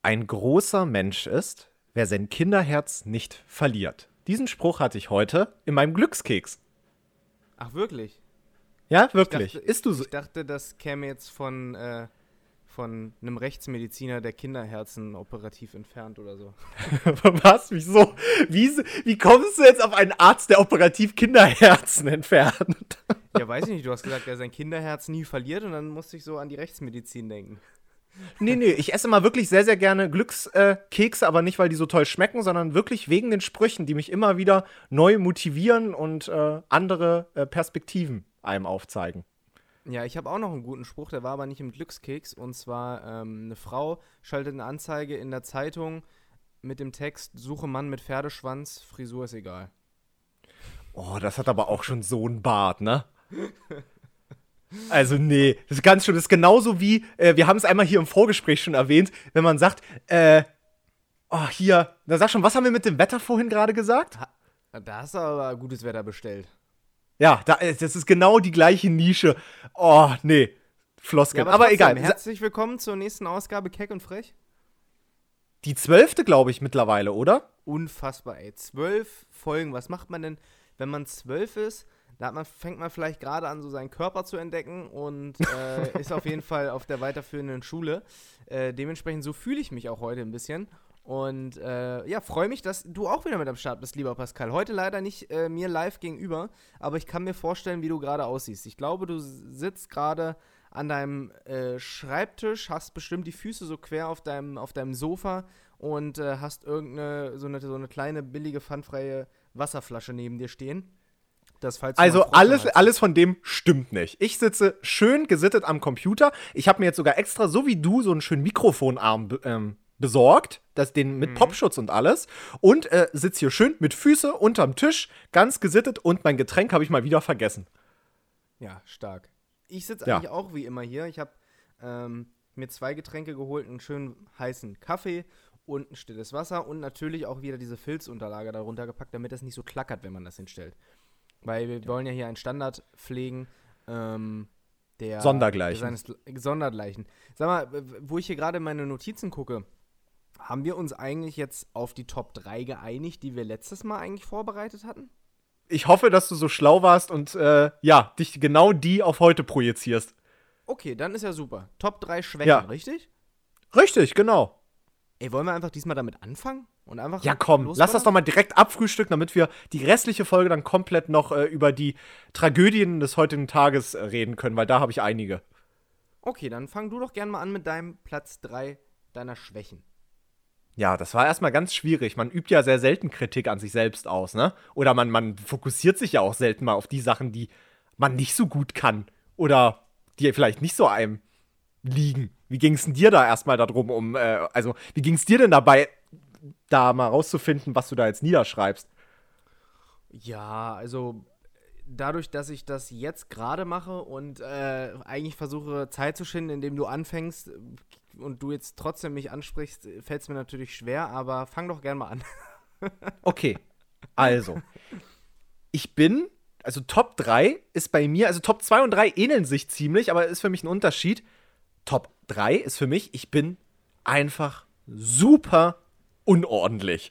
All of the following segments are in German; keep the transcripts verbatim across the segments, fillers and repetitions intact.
Ein großer Mensch ist, wer sein Kinderherz nicht verliert. Diesen Spruch hatte ich heute in meinem Glückskeks. Ach, wirklich? Ja, wirklich. Ich dachte, Ist du so? Ich dachte, das käme jetzt von, äh, von einem Rechtsmediziner, der Kinderherzen operativ entfernt oder so. Was? Wieso? Wie, wie kommst du jetzt auf einen Arzt, der operativ Kinderherzen entfernt? Ja, weiß ich nicht. Du hast gesagt, der sein Kinderherz nie verliert und dann musste ich so an die Rechtsmedizin denken. Nee, nee, ich esse mal wirklich sehr, sehr gerne Glückskekse, aber nicht, weil die so toll schmecken, sondern wirklich wegen den Sprüchen, die mich immer wieder neu motivieren und äh, andere äh, Perspektiven einem aufzeigen. Ja, ich habe auch noch einen guten Spruch, der war aber nicht im Glückskeks. Und zwar, ähm, eine Frau schaltet eine Anzeige in der Zeitung mit dem Text: Suche Mann mit Pferdeschwanz, Frisur ist egal. Oh, das hat aber auch schon so einen Bart, ne? Also nee, das ist ganz schön, das ist genauso wie, äh, wir haben es einmal hier im Vorgespräch schon erwähnt, wenn man sagt, äh, oh hier, da sag schon, was haben wir mit dem Wetter vorhin gerade gesagt? Ha, da hast du aber gutes Wetter bestellt. Ja, da, äh, das ist genau die gleiche Nische. Oh, nee, Floskeln, Ja, aber, aber trotzdem, egal. herzlich willkommen zur nächsten Ausgabe Keck und Frech. Die zwölfte, glaube ich, mittlerweile, oder? Unfassbar, ey. Zwölf Folgen, was macht man denn, wenn man zwölf ist? Da hat man, fängt man vielleicht gerade an, so seinen Körper zu entdecken und äh, ist auf jeden Fall auf der weiterführenden Schule. Äh, dementsprechend, so fühle ich mich auch heute ein bisschen. Und äh, ja, freue mich, dass du auch wieder mit am Start bist, lieber Pascal. Heute leider nicht äh, mir live gegenüber, aber ich kann mir vorstellen, wie du gerade aussiehst. Ich glaube, du sitzt gerade an deinem äh, Schreibtisch, hast bestimmt die Füße so quer auf deinem, auf deinem Sofa und äh, hast irgendeine so eine, so eine kleine, billige, pfandfreie Wasserflasche neben dir stehen. Das, falls du mal Also Frosch alles, hast. alles von dem stimmt nicht. Ich sitze schön gesittet am Computer. Ich habe mir jetzt sogar extra, so wie du, so einen schönen Mikrofonarm be- ähm, besorgt. Das, den mit Mhm. Popschutz und alles. Und äh, sitze hier schön mit Füße unterm Tisch, ganz gesittet. Und mein Getränk habe ich mal wieder vergessen. Ja, stark. Ich sitze Ja. eigentlich auch wie immer hier. Ich habe ähm, mir zwei Getränke geholt, einen schönen heißen Kaffee und ein stilles Wasser und natürlich auch wieder diese Filzunterlage darunter gepackt, damit das nicht so klackert, wenn man das hinstellt. Weil wir wollen ja hier einen Standard pflegen, ähm, der Sondergleichen. Der seines Sondergleichen. Sag mal, w- wo ich hier gerade in meine Notizen gucke, haben wir uns eigentlich jetzt auf die Top drei geeinigt, die wir letztes Mal eigentlich vorbereitet hatten? Ich hoffe, dass du so schlau warst und äh, ja, dich genau die auf heute projizierst. Okay, dann ist ja super. Top drei Schwächen, Ja. richtig? Richtig, genau. Ey, wollen wir einfach diesmal damit anfangen? Und einfach Ja, komm, lass das doch mal direkt abfrühstücken, damit wir die restliche Folge dann komplett noch äh, über die Tragödien des heutigen Tages äh, reden können, weil da habe ich einige. Okay, dann fang du doch gerne mal an mit deinem Platz drei deiner Schwächen. Ja, das war erstmal ganz schwierig. Man übt ja sehr selten Kritik an sich selbst aus, ne? Oder man, man fokussiert sich ja auch selten mal auf die Sachen, die man nicht so gut kann. Oder die vielleicht nicht so einem liegen. Wie ging es denn dir da erstmal darum, um, äh, also, wie ging es dir denn dabei, da mal rauszufinden, was du da jetzt niederschreibst? Ja, also dadurch, dass ich das jetzt gerade mache und äh, eigentlich versuche Zeit zu schinden, indem du anfängst äh, und du jetzt trotzdem mich ansprichst, fällt es mir natürlich schwer, aber fang doch gern mal an. Okay, also, ich bin, also Top drei ist bei mir, also Top zwei und drei ähneln sich ziemlich, aber ist für mich ein Unterschied. Top drei ist für mich, ich bin einfach super unordentlich.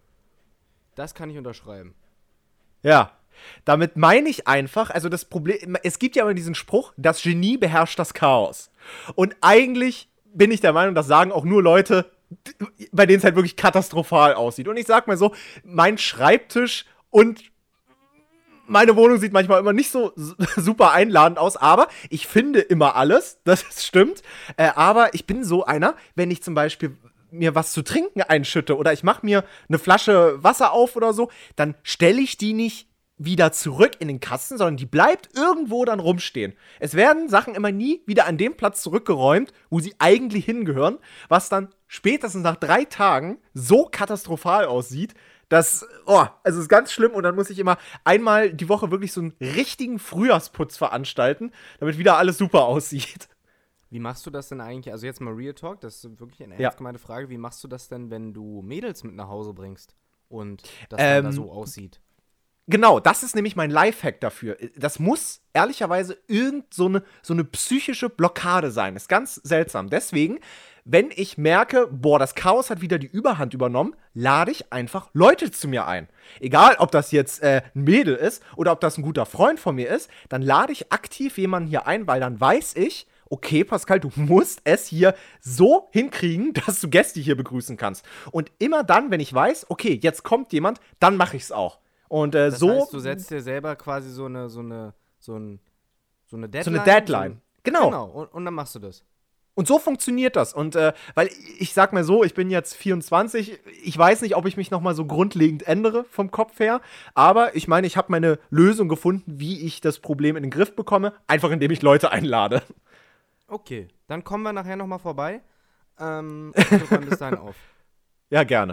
Das kann ich unterschreiben. Ja, damit meine ich einfach, also das Problem, es gibt ja immer diesen Spruch, das Genie beherrscht das Chaos. Und eigentlich bin ich der Meinung, das sagen auch nur Leute, bei denen es halt wirklich katastrophal aussieht. Und ich sag mal so, mein Schreibtisch und meine Wohnung sieht manchmal immer nicht so super einladend aus, aber ich finde immer alles, das stimmt. Äh, aber ich bin so einer, wenn ich zum Beispiel mir was zu trinken einschütte oder ich mache mir eine Flasche Wasser auf oder so, dann stelle ich die nicht wieder zurück in den Kasten, sondern die bleibt irgendwo dann rumstehen. Es werden Sachen immer nie wieder an den Platz zurückgeräumt, wo sie eigentlich hingehören, was dann spätestens nach drei Tagen so katastrophal aussieht, dass, oh, also es ist ganz schlimm und dann muss ich immer einmal die Woche wirklich so einen richtigen Frühjahrsputz veranstalten, damit wieder alles super aussieht. Wie machst du das denn eigentlich, also jetzt mal Real Talk, das ist wirklich eine Ja. ernst gemeinte Frage, wie machst du das denn, wenn du Mädels mit nach Hause bringst und das Ähm, dann da so aussieht? Genau, das ist nämlich mein Lifehack dafür. Das muss ehrlicherweise irgend so eine, so eine psychische Blockade sein. Ist ganz seltsam. Deswegen, wenn ich merke, boah, das Chaos hat wieder die Überhand übernommen, lade ich einfach Leute zu mir ein. Egal, ob das jetzt äh, ein Mädel ist oder ob das ein guter Freund von mir ist, dann lade ich aktiv jemanden hier ein, weil dann weiß ich, okay, Pascal, du musst es hier so hinkriegen, dass du Gäste hier begrüßen kannst. Und immer dann, wenn ich weiß, okay, jetzt kommt jemand, dann mache ich es auch. Und äh, das so. heißt, du setzt dir selber quasi so eine, so eine, so ein, so eine Deadline. So eine Deadline. So ein, genau. Genau, und, und dann machst du das. Und so funktioniert das. Und äh, weil ich sag mal so, ich bin jetzt vierundzwanzig, ich weiß nicht, ob ich mich noch mal so grundlegend ändere vom Kopf her, aber ich meine, ich habe meine Lösung gefunden, wie ich das Problem in den Griff bekomme, einfach indem ich Leute einlade. Okay, dann kommen wir nachher noch mal vorbei. Ähm, und hören bis dahin auf. Ja, gerne.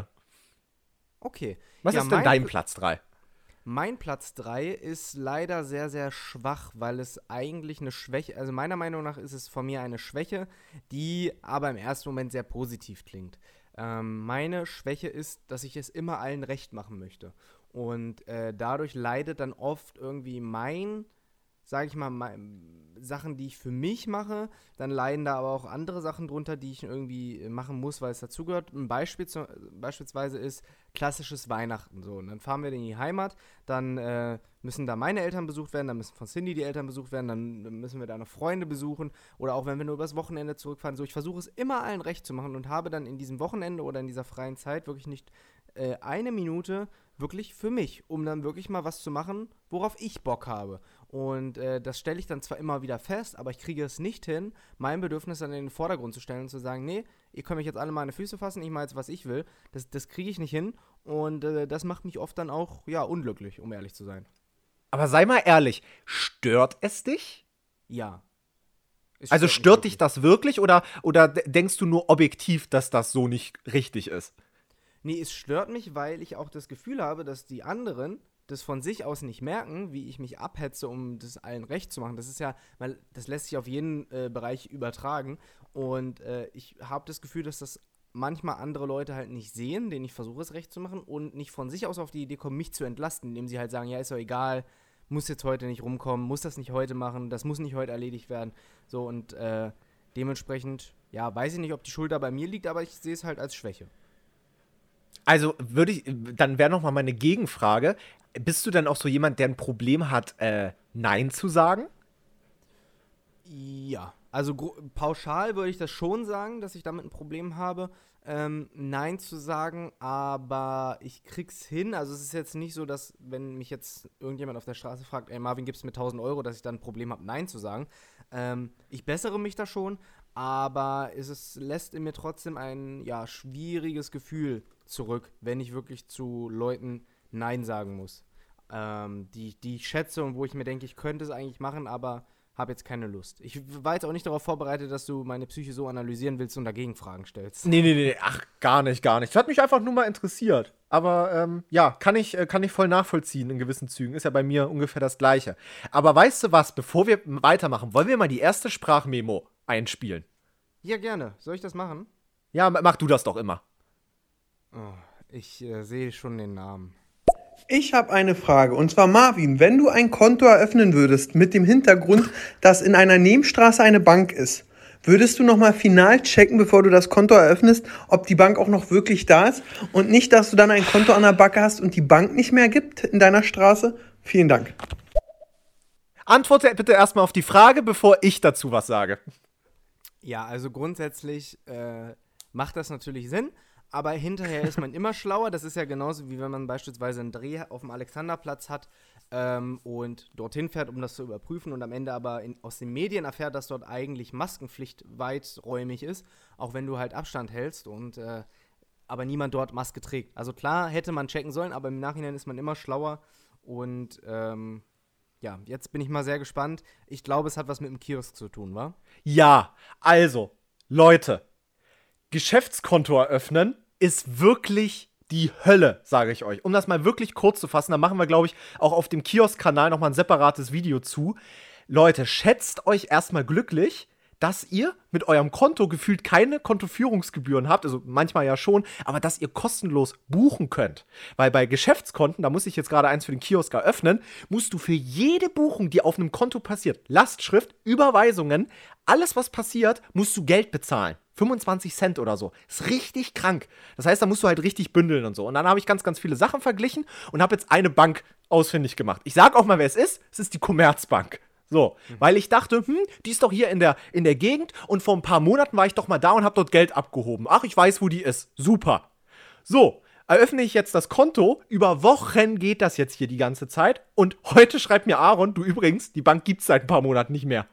Okay. Was ja, ist denn mein dein Pl- Platz drei? Mein Platz drei ist leider sehr, sehr schwach, weil es eigentlich eine Schwäche, also meiner Meinung nach ist es von mir eine Schwäche, die aber im ersten Moment sehr positiv klingt. Ähm, meine Schwäche ist, dass ich es immer allen recht machen möchte. Und äh, dadurch leidet dann oft irgendwie mein, sage ich mal, mein, Sachen, die ich für mich mache, dann leiden da aber auch andere Sachen drunter, die ich irgendwie machen muss, weil es dazugehört. Ein Beispiel zu, beispielsweise ist klassisches Weihnachten. So. Und dann fahren wir in die Heimat, dann äh, müssen da meine Eltern besucht werden, dann müssen von Cindy die Eltern besucht werden, dann müssen wir da noch Freunde besuchen oder auch wenn wir nur übers Wochenende zurückfahren. So, ich versuche es immer allen recht zu machen und habe dann in diesem Wochenende oder in dieser freien Zeit wirklich nicht äh, eine Minute wirklich für mich, um dann wirklich mal was zu machen, worauf ich Bock habe. Und äh, das stelle ich dann zwar immer wieder fest, aber ich kriege es nicht hin, mein Bedürfnis dann in den Vordergrund zu stellen und zu sagen, nee, ihr könnt mich jetzt alle meine Füße fassen, ich mache jetzt, was ich will. Das, das kriege ich nicht hin und äh, das macht mich oft dann auch, ja, unglücklich, um ehrlich zu sein. Aber sei mal ehrlich, stört es dich? Ja. Es Also mich stört dich wirklich. das wirklich oder, oder d- denkst du nur objektiv, dass das so nicht richtig ist? Nee, es stört mich, weil ich auch das Gefühl habe, dass die anderen das von sich aus nicht merken, wie ich mich abhetze, um das allen recht zu machen. Das ist ja, weil das lässt sich auf jeden äh, Bereich übertragen. Und äh, ich habe das Gefühl, dass das manchmal andere Leute halt nicht sehen, denen ich versuche, es recht zu machen und nicht von sich aus auf die Idee kommen, mich zu entlasten, indem sie halt sagen, ja, ist doch egal, muss jetzt heute nicht rumkommen, muss das nicht heute machen, das muss nicht heute erledigt werden. So, und äh, dementsprechend, ja, weiß ich nicht, ob die Schuld da bei mir liegt, aber ich sehe es halt als Schwäche. Also würde ich, dann wäre noch mal meine Gegenfrage, bist du denn auch so jemand, der ein Problem hat, äh, Nein zu sagen? Ja, also gro- pauschal würde ich das schon sagen, dass ich damit ein Problem habe, ähm, Nein zu sagen, aber ich krieg's hin. Also es ist jetzt nicht so, dass, wenn mich jetzt irgendjemand auf der Straße fragt, ey Marvin, gibst du mir tausend Euro, dass ich dann ein Problem habe, Nein zu sagen. Ähm, ich bessere mich da schon, aber es ist, lässt in mir trotzdem ein, ja, schwieriges Gefühl zurück, wenn ich wirklich zu Leuten Nein sagen muss. Ähm, die, die ich schätze und wo ich mir denke, ich könnte es eigentlich machen, aber habe jetzt keine Lust. Ich war jetzt auch nicht darauf vorbereitet, dass du meine Psyche so analysieren willst und dagegen Fragen stellst. Nee, nee, nee, ach, gar nicht, gar nicht. Das hat mich einfach nur mal interessiert. Aber ähm, ja, kann ich, äh, kann ich voll nachvollziehen in gewissen Zügen. Ist ja bei mir ungefähr das Gleiche. Aber weißt du was, bevor wir weitermachen, wollen wir mal die erste Sprachmemo einspielen? Ja, gerne. Soll ich das machen? Ja, mach du das doch immer. Oh, ich äh, sehe schon den Namen. Ich habe eine Frage, und zwar Marvin, wenn du ein Konto eröffnen würdest mit dem Hintergrund, dass in einer Nebenstraße eine Bank ist, würdest du nochmal final checken, bevor du das Konto eröffnest, ob die Bank auch noch wirklich da ist und nicht, dass du dann ein Konto an der Backe hast und die Bank nicht mehr gibt in deiner Straße? Vielen Dank. Antworte bitte erstmal auf die Frage, bevor ich dazu was sage. Ja, also grundsätzlich äh, macht das natürlich Sinn, aber hinterher ist man immer schlauer. Das ist ja genauso, wie wenn man beispielsweise einen Dreh auf dem Alexanderplatz hat ähm, und dorthin fährt, um das zu überprüfen und am Ende aber in, aus den Medien erfährt, dass dort eigentlich Maskenpflicht weiträumig ist, auch wenn du halt Abstand hältst und äh, aber niemand dort Maske trägt. Also klar, hätte man checken sollen, aber im Nachhinein ist man immer schlauer und ähm, ja, jetzt bin ich mal sehr gespannt. Ich glaube, es hat was mit dem Kiosk zu tun, wa? Ja, also, Leute, Geschäftskonto eröffnen ist wirklich die Hölle, sage ich euch. Um das mal wirklich kurz zu fassen, da machen wir, glaube ich, auch auf dem Kiosk-Kanal nochmal ein separates Video zu. Leute, schätzt euch erstmal glücklich, dass ihr mit eurem Konto gefühlt keine Kontoführungsgebühren habt, also manchmal ja schon, aber dass ihr kostenlos buchen könnt. Weil bei Geschäftskonten, da muss ich jetzt gerade eins für den Kiosk eröffnen, musst du für jede Buchung, die auf einem Konto passiert, Lastschrift, Überweisungen, alles was passiert, musst du Geld bezahlen. fünfundzwanzig Cent oder so. Ist richtig krank. Das heißt, da musst du halt richtig bündeln und so. Und dann habe ich ganz, ganz viele Sachen verglichen und habe jetzt eine Bank ausfindig gemacht. Ich sag auch mal, wer es ist. Es ist die Commerzbank. So, mhm. weil ich dachte, hm, die ist doch hier in der, in der Gegend und vor ein paar Monaten war ich doch mal da und habe dort Geld abgehoben. Ach, ich weiß, wo die ist. Super. So, eröffne ich jetzt das Konto. Über Wochen geht das jetzt hier die ganze Zeit. Und heute schreibt mir Aaron, du übrigens, die Bank gibt's seit ein paar Monaten nicht mehr.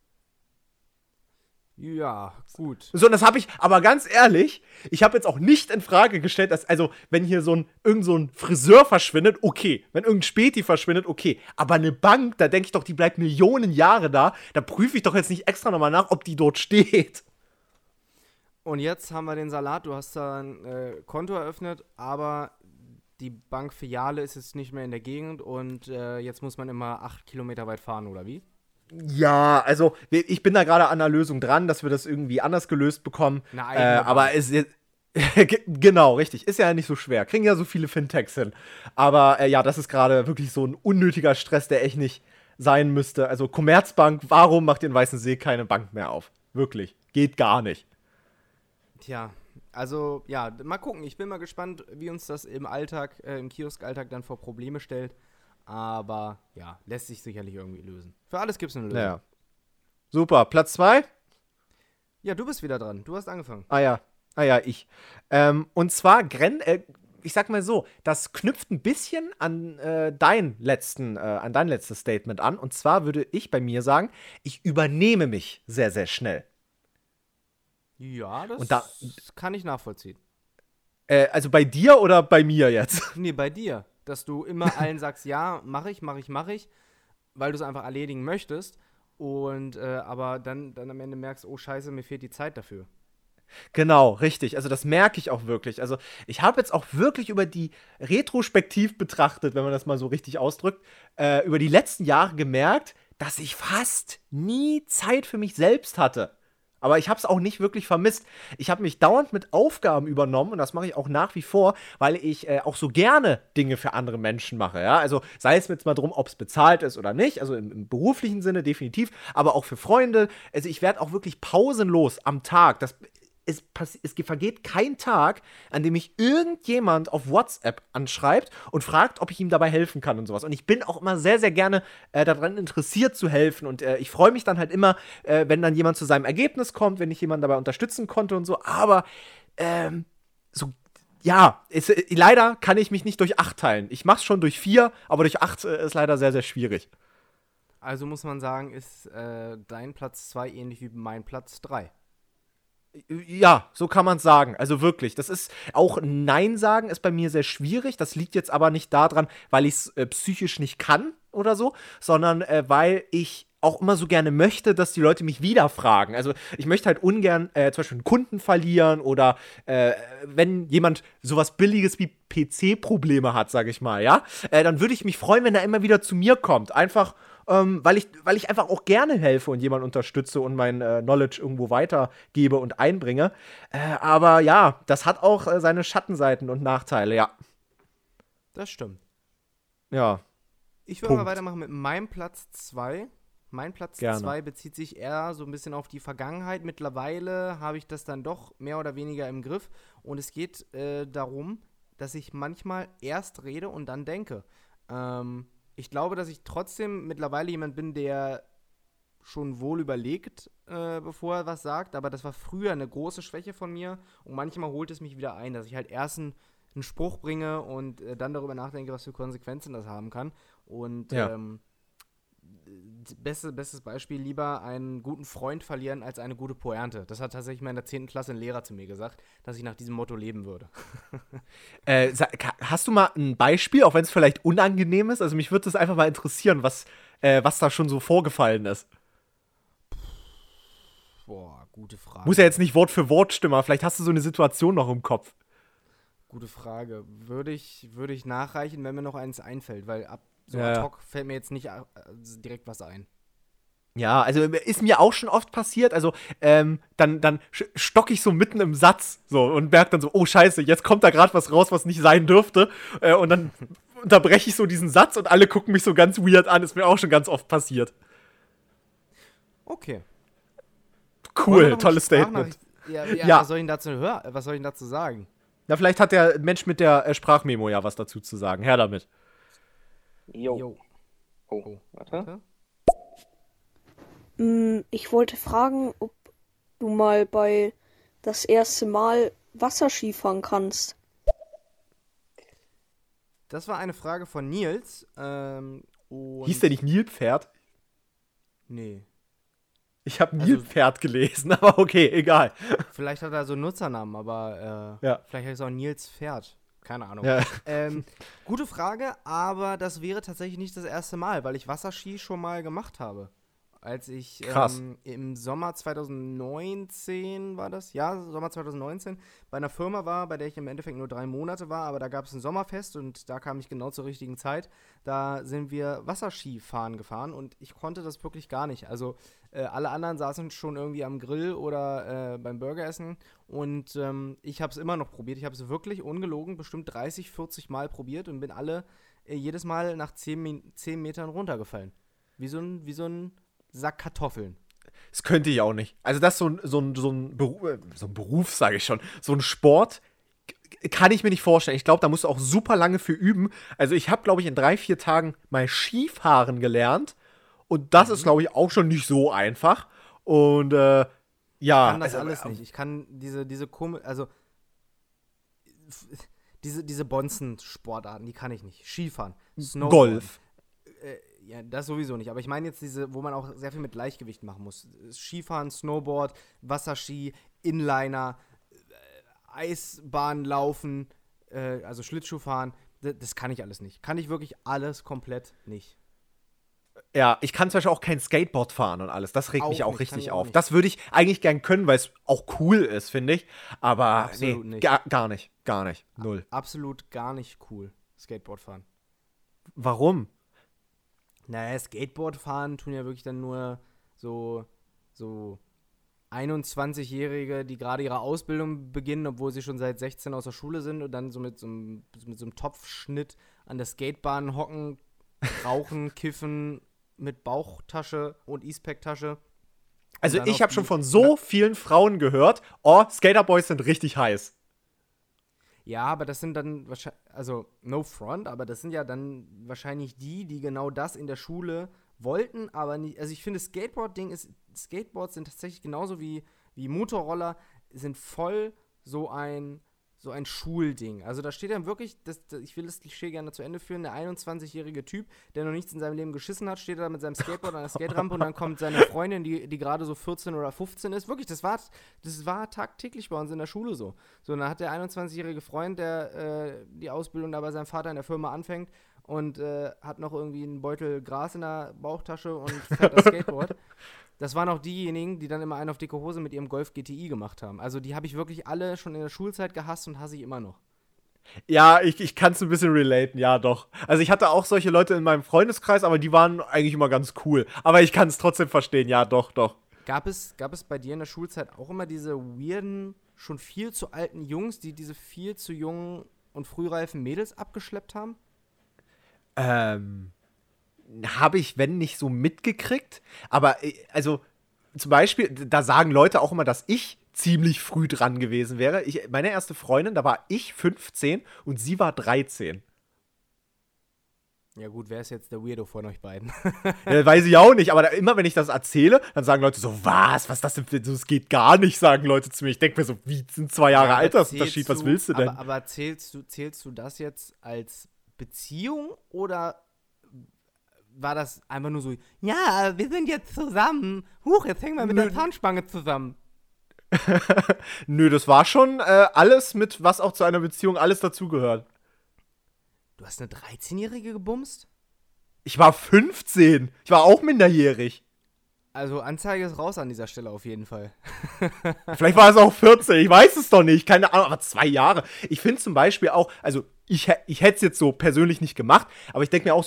Ja, gut. So, und das habe ich, aber ganz ehrlich, ich habe jetzt auch nicht in Frage gestellt, dass, also, wenn hier so ein, irgend so ein Friseur verschwindet, okay. Wenn irgendein Späti verschwindet, okay. Aber eine Bank, da denke ich doch, die bleibt Millionen Jahre da. Da prüfe ich doch jetzt nicht extra nochmal nach, ob die dort steht. Und jetzt haben wir den Salat, du hast da ein äh, Konto eröffnet, aber die Bankfiliale ist jetzt nicht mehr in der Gegend und äh, jetzt muss man immer acht Kilometer weit fahren, oder wie? Ja, also ich bin da gerade an einer Lösung dran, dass wir das irgendwie anders gelöst bekommen. Eine Äh, eigene aber es ist genau, richtig. Ist ja nicht so schwer. Kriegen ja so viele Fintechs hin. Aber äh, ja, das ist gerade wirklich so ein unnötiger Stress, der echt nicht sein müsste. Also Commerzbank, warum macht ihr in Weißensee keine Bank mehr auf? Wirklich. Geht gar nicht. Tja, also ja, mal gucken. Ich bin mal gespannt, wie uns das im Alltag, äh, im Kiosk-Alltag dann vor Probleme stellt. Aber ja, lässt sich sicherlich irgendwie lösen. Für alles gibt es eine Lösung. Ja. Super. Platz zwei? Ja, du bist wieder dran. Du hast angefangen. Ah ja. Ah ja, ich. Ähm, und zwar, Gren äh, ich sag mal so, das knüpft ein bisschen an äh, dein letzten, äh, an dein letztes Statement an. Und zwar würde ich bei mir sagen, ich übernehme mich sehr, sehr schnell. Ja, das Und da, kann ich nachvollziehen. Äh, also bei dir oder bei mir jetzt? Nee, bei dir. Dass du immer allen sagst, ja, mach ich, mach ich, mach ich, weil du es einfach erledigen möchtest. Und äh, aber dann, dann am Ende merkst, oh scheiße, mir fehlt die Zeit dafür. Genau, richtig. Also das merke ich auch wirklich. Also ich habe jetzt auch wirklich über die, retrospektiv betrachtet, wenn man das mal so richtig ausdrückt, äh, über die letzten Jahre gemerkt, dass ich fast nie Zeit für mich selbst hatte. Aber ich habe es auch nicht wirklich vermisst. Ich habe mich dauernd mit Aufgaben übernommen und das mache ich auch nach wie vor, weil ich äh, auch so gerne Dinge für andere Menschen mache. Ja? Also sei es jetzt mal drum, ob es bezahlt ist oder nicht, also im, im beruflichen Sinne definitiv, aber auch für Freunde. Also ich werde auch wirklich pausenlos am Tag, das Es, es vergeht kein Tag, an dem mich irgendjemand auf WhatsApp anschreibt und fragt, ob ich ihm dabei helfen kann und sowas. Und ich bin auch immer sehr, sehr gerne äh, daran interessiert zu helfen. Und äh, ich freue mich dann halt immer, äh, wenn dann jemand zu seinem Ergebnis kommt, wenn ich jemanden dabei unterstützen konnte und so. Aber, ähm, so, ja, es, äh, leider kann ich mich nicht durch acht teilen. Ich mach's schon durch vier, aber durch acht äh, ist leider sehr, sehr schwierig. Also muss man sagen, ist äh, dein Platz zwei ähnlich wie mein Platz drei. Ja, so kann man es sagen. Also wirklich, das ist auch Nein sagen ist bei mir sehr schwierig. Das liegt jetzt aber nicht daran, weil ich es äh, psychisch nicht kann oder so, sondern äh, weil ich auch immer so gerne möchte, dass die Leute mich wieder fragen. Also ich möchte halt ungern äh, zum Beispiel einen Kunden verlieren oder äh, wenn jemand sowas Billiges wie P C-Probleme hat, sage ich mal, ja, äh, dann würde ich mich freuen, wenn er immer wieder zu mir kommt. Einfach Ähm, weil, ich, weil ich einfach auch gerne helfe und jemanden unterstütze und mein äh, Knowledge irgendwo weitergebe und einbringe. Äh, aber ja, das hat auch äh, seine Schattenseiten und Nachteile, ja. Das stimmt. Ja. Ich würde mal Punkt. weitermachen mit meinem Platz zwei. Mein Platz zwei bezieht sich eher so ein bisschen auf die Vergangenheit. Mittlerweile habe ich das dann doch mehr oder weniger im Griff. Und es geht äh, darum, dass ich manchmal erst rede und dann denke. Ähm, Ich glaube, dass ich trotzdem mittlerweile jemand bin, der schon wohl überlegt, äh, bevor er was sagt. Aber das war früher eine große Schwäche von mir. Und manchmal holt es mich wieder ein, dass ich halt erst einen, einen Spruch bringe und äh, dann darüber nachdenke, was für Konsequenzen das haben kann. Und Ja. ähm, beste, bestes Beispiel, lieber einen guten Freund verlieren als eine gute Pointe. Das hat tatsächlich mal in der zehnten Klasse ein Lehrer zu mir gesagt, dass ich nach diesem Motto leben würde. Äh, sa- ka- hast du mal ein Beispiel, auch wenn es vielleicht unangenehm ist? Also mich würde das einfach mal interessieren, was, äh, was da schon so vorgefallen ist. Boah, gute Frage. Muss ja jetzt nicht Wort für Wort stimmen, aber vielleicht hast du so eine Situation noch im Kopf. Gute Frage. Würde ich, würde ich nachreichen, wenn mir noch eins einfällt, weil ab so Ja, ad ja. hoc fällt mir jetzt nicht äh, direkt was ein. Ja, also ist mir auch schon oft passiert. Also, ähm, dann, dann stocke ich so mitten im Satz so und merke dann so, oh Scheiße, jetzt kommt da gerade was raus, was nicht sein dürfte. Äh, und dann unterbreche ich so diesen Satz und alle gucken mich so ganz weird an. Ist mir auch schon ganz oft passiert. Okay. Cool, tolles Statement. Ja, ja, Ja. Was soll ich denn dazu hören? Was soll ich denn dazu sagen? Na, vielleicht hat der Mensch mit der äh, Sprachmemo ja was dazu zu sagen. Her damit. Jo. Jo. Oh, warte. Warte. Mm, Ich wollte fragen, ob du mal bei das erste Mal Wasserski fahren kannst. Das war eine Frage von Nils. Ähm, und Hieß der nicht Nilpferd? Nee. Ich habe Also- Nilpferd gelesen, aber okay, egal. Vielleicht hat er so einen Nutzernamen, aber äh, Ja. vielleicht heißt er auch Nils Pferd. Keine Ahnung. Ja. Ähm, gute Frage, aber das wäre tatsächlich nicht das erste Mal, weil ich Wasserski schon mal gemacht habe. Als ich Krass. ähm, im Sommer zwanzig neunzehn war das, ja, Sommer zwanzig neunzehn, bei einer Firma war, bei der ich im Endeffekt nur drei Monate war, aber da gab es ein Sommerfest und da kam ich genau zur richtigen Zeit. Da sind wir Wasserskifahren gefahren und ich konnte das wirklich gar nicht. Also äh, alle anderen saßen schon irgendwie am Grill oder äh, beim Burgeressen und ähm, ich habe es immer noch probiert. Ich habe es wirklich ungelogen bestimmt dreißig, vierzig Mal probiert und bin alle äh, jedes Mal nach zehn Metern runtergefallen. Wie so ein, wie so ein Sack Kartoffeln. Das könnte ich auch nicht. Also das ist so ein, so ein, so ein, Beruf, äh, so ein Beruf, sage ich schon. So ein Sport k- kann ich mir nicht vorstellen. Ich glaube, da musst du auch super lange für üben. Also ich habe, glaube ich, in drei, vier Tagen mal Skifahren gelernt. Und das ist, glaube ich, auch schon nicht so einfach. Und äh, ja. Ich kann das also, alles äh, nicht. Ich kann diese, diese komisch, also f- diese, diese Bonzen-Sportarten, die kann ich nicht. Skifahren, Snowboard. Golf. Äh, ja, das sowieso nicht. Aber ich meine jetzt diese, wo man auch sehr viel mit Gleichgewicht machen muss. Skifahren, Snowboard, Wasserski, Inliner, äh, Eisbahn laufen, äh, also Schlittschuhfahren. Das, das kann ich alles nicht. Kann ich wirklich alles komplett nicht. Ja, ich kann zum Beispiel auch kein Skateboard fahren und alles. Das regt Auch mich auch nicht, kann richtig ich auch auf. nicht. Das würde ich eigentlich gern können, weil es auch cool ist, finde ich. Aber Absolut nee, nicht. Gar, gar nicht. Gar nicht. Null. Absolut gar nicht cool, Skateboard fahren. Warum? Naja, Skateboard fahren tun ja wirklich dann nur so, so einundzwanzigjährige, die gerade ihre Ausbildung beginnen, obwohl sie schon seit sechzehn aus der Schule sind und dann so mit so einem, mit so einem Topfschnitt an der Skatebahn hocken, rauchen, kiffen, mit Bauchtasche und Eastpack-Tasche. Also dann ich auf habe die- schon von so vielen Frauen gehört, oh, Skaterboys sind richtig heiß. Ja, aber das sind dann wahrscheinlich, also no front, aber das sind ja dann wahrscheinlich die, die genau das in der Schule wollten, aber nicht, also ich finde Skateboard-Ding ist, Skateboards sind tatsächlich genauso wie, wie Motorroller, sind voll so ein, so ein Schulding. Also da steht dann wirklich, das, das, ich will das Klischee gerne zu Ende führen, der einundzwanzigjährige Typ, der noch nichts in seinem Leben geschissen hat, steht da mit seinem Skateboard an der Skaterampe und dann kommt seine Freundin, die, die gerade so vierzehn oder fünfzehn ist. Wirklich, das war, das war tagtäglich bei uns in der Schule so. So, und dann hat der einundzwanzigjährige Freund, der äh, die Ausbildung da bei seinem Vater in der Firma anfängt und äh, hat noch irgendwie einen Beutel Gras in der Bauchtasche und fährt das Skateboard. Das waren auch diejenigen, die dann immer einen auf dicke Hose mit ihrem Golf G T I gemacht haben. Also die habe ich wirklich alle schon in der Schulzeit gehasst und hasse ich immer noch. Ja, ich, ich kann es ein bisschen relaten, ja doch. Also ich hatte auch solche Leute in meinem Freundeskreis, aber die waren eigentlich immer ganz cool. Aber ich kann es trotzdem verstehen, ja doch, doch. Gab es, gab es bei dir in der Schulzeit auch immer diese weirden, schon viel zu alten Jungs, die diese viel zu jungen und frühreifen Mädels abgeschleppt haben? Ähm, habe ich, wenn nicht so mitgekriegt. Aber, äh, also, zum Beispiel, da sagen Leute auch immer, dass ich ziemlich früh dran gewesen wäre. Ich, meine erste Freundin, da war ich fünfzehn und sie war dreizehn. Ja gut, wer ist jetzt der Weirdo von euch beiden? Ja, weiß ich auch nicht, aber da, immer wenn ich das erzähle, dann sagen Leute so, was, was ist das denn für, das geht gar nicht, sagen Leute zu mir. Ich denke mir so, wie sind zwei Jahre Ja, aber Altersunterschied, zählst was willst du denn? Aber, aber zählst, du, zählst du das jetzt als Beziehung oder war das einfach nur so, ja, wir sind jetzt zusammen. Huch, jetzt hängen wir mit Nö. der Zahnspange zusammen. Nö, das war schon äh, alles mit, was auch zu einer Beziehung alles dazugehört. Du hast eine dreizehnjährige gebumst? Ich war fünfzehn, ich war auch minderjährig. Also Anzeige ist raus an dieser Stelle auf jeden Fall. Vielleicht war es auch vierzehn, ich weiß es doch nicht, keine Ahnung, aber zwei Jahre. Ich finde zum Beispiel auch, also ich, hä- ich hätte es jetzt so persönlich nicht gemacht, aber ich denke mir auch so,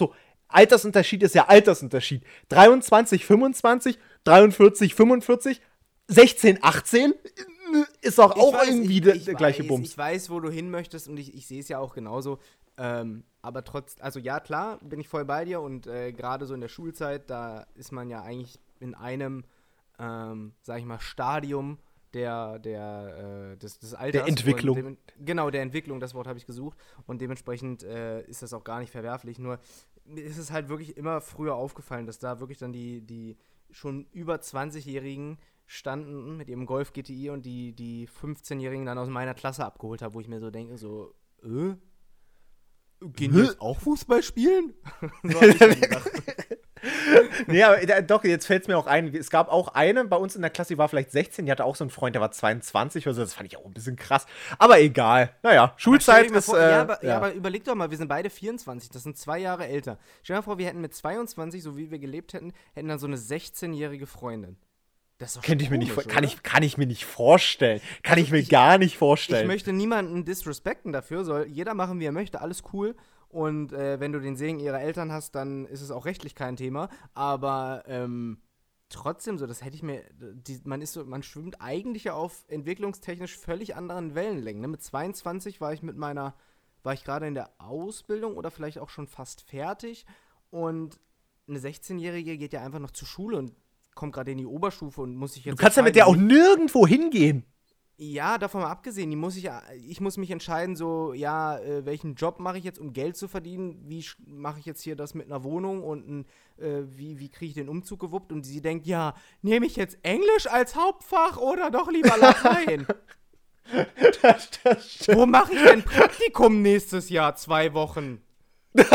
Altersunterschied ist ja Altersunterschied. dreiundzwanzig, fünfundzwanzig, dreiundvierzig, fünfundvierzig, sechzehn, achtzehn ist doch auch weiß, irgendwie ich, der, ich der gleiche weiß, Bums. Ich weiß, wo du hin möchtest und ich, ich sehe es ja auch genauso. Ähm, aber trotz, also ja, klar, bin ich voll bei dir und äh, gerade so in der Schulzeit, da ist man ja eigentlich in einem, ähm, sag ich mal, Stadium der, der, äh, des, des Alters. Der Entwicklung. Dem, genau, der Entwicklung, das Wort habe ich gesucht. Und dementsprechend äh, ist das auch gar nicht verwerflich. Nur mir ist es halt wirklich immer früher aufgefallen, dass da wirklich dann die, die schon über zwanzigjährigen standen mit ihrem Golf G T I und die, die fünfzehnjährigen dann aus meiner Klasse abgeholt habe, wo ich mir so denke, so, äh? Gehen die jetzt auch Fußball spielen? So hab ich dann gedacht. Nee, aber äh, doch, jetzt fällt es mir auch ein. Es gab auch eine bei uns in der Klasse, die war vielleicht sechzehn, die hatte auch so einen Freund, der war zweiundzwanzig oder so. Das fand ich auch ein bisschen krass. Aber egal. Naja, Schulzeit Stell dir ist. mal vor, Äh, ja, aber, ja. ja. aber überleg doch mal, wir sind beide vierundzwanzig, das sind zwei Jahre älter. Stell dir mal vor, wir hätten mit zweiundzwanzig, so wie wir gelebt hätten, hätten dann so eine sechzehnjährige Freundin. Das ist doch Könnte ich mir nicht, komisch, vor- kann, oder? ich, kann ich mir nicht vorstellen. Kann Also ich mir ich- gar nicht Ich vorstellen. möchte niemanden disrespekten dafür, soll jeder machen, wie er möchte, alles cool. Und äh, wenn du den Segen ihrer Eltern hast, dann ist es auch rechtlich kein Thema. Aber ähm, trotzdem so, das hätte ich mir, die, man ist so, man schwimmt eigentlich ja auf entwicklungstechnisch völlig anderen Wellenlängen. Ne? Mit zweiundzwanzig war ich mit meiner, war ich gerade in der Ausbildung oder vielleicht auch schon fast fertig. Und eine sechzehnjährige geht ja einfach noch zur Schule und kommt gerade in die Oberstufe und muss sich jetzt. Du kannst ja mit der auch nirgendwo hingehen. Ja, davon mal abgesehen, die muss ich, ich muss mich entscheiden, so, ja, äh, welchen Job mache ich jetzt, um Geld zu verdienen, wie sch- mache ich jetzt hier das mit einer Wohnung und ein, äh, wie, wie kriege ich den Umzug gewuppt und sie denkt, ja, nehme ich jetzt Englisch als Hauptfach oder doch lieber Latein? das, das stimmt. Wo mache ich denn Praktikum nächstes Jahr, zwei Wochen? Ja,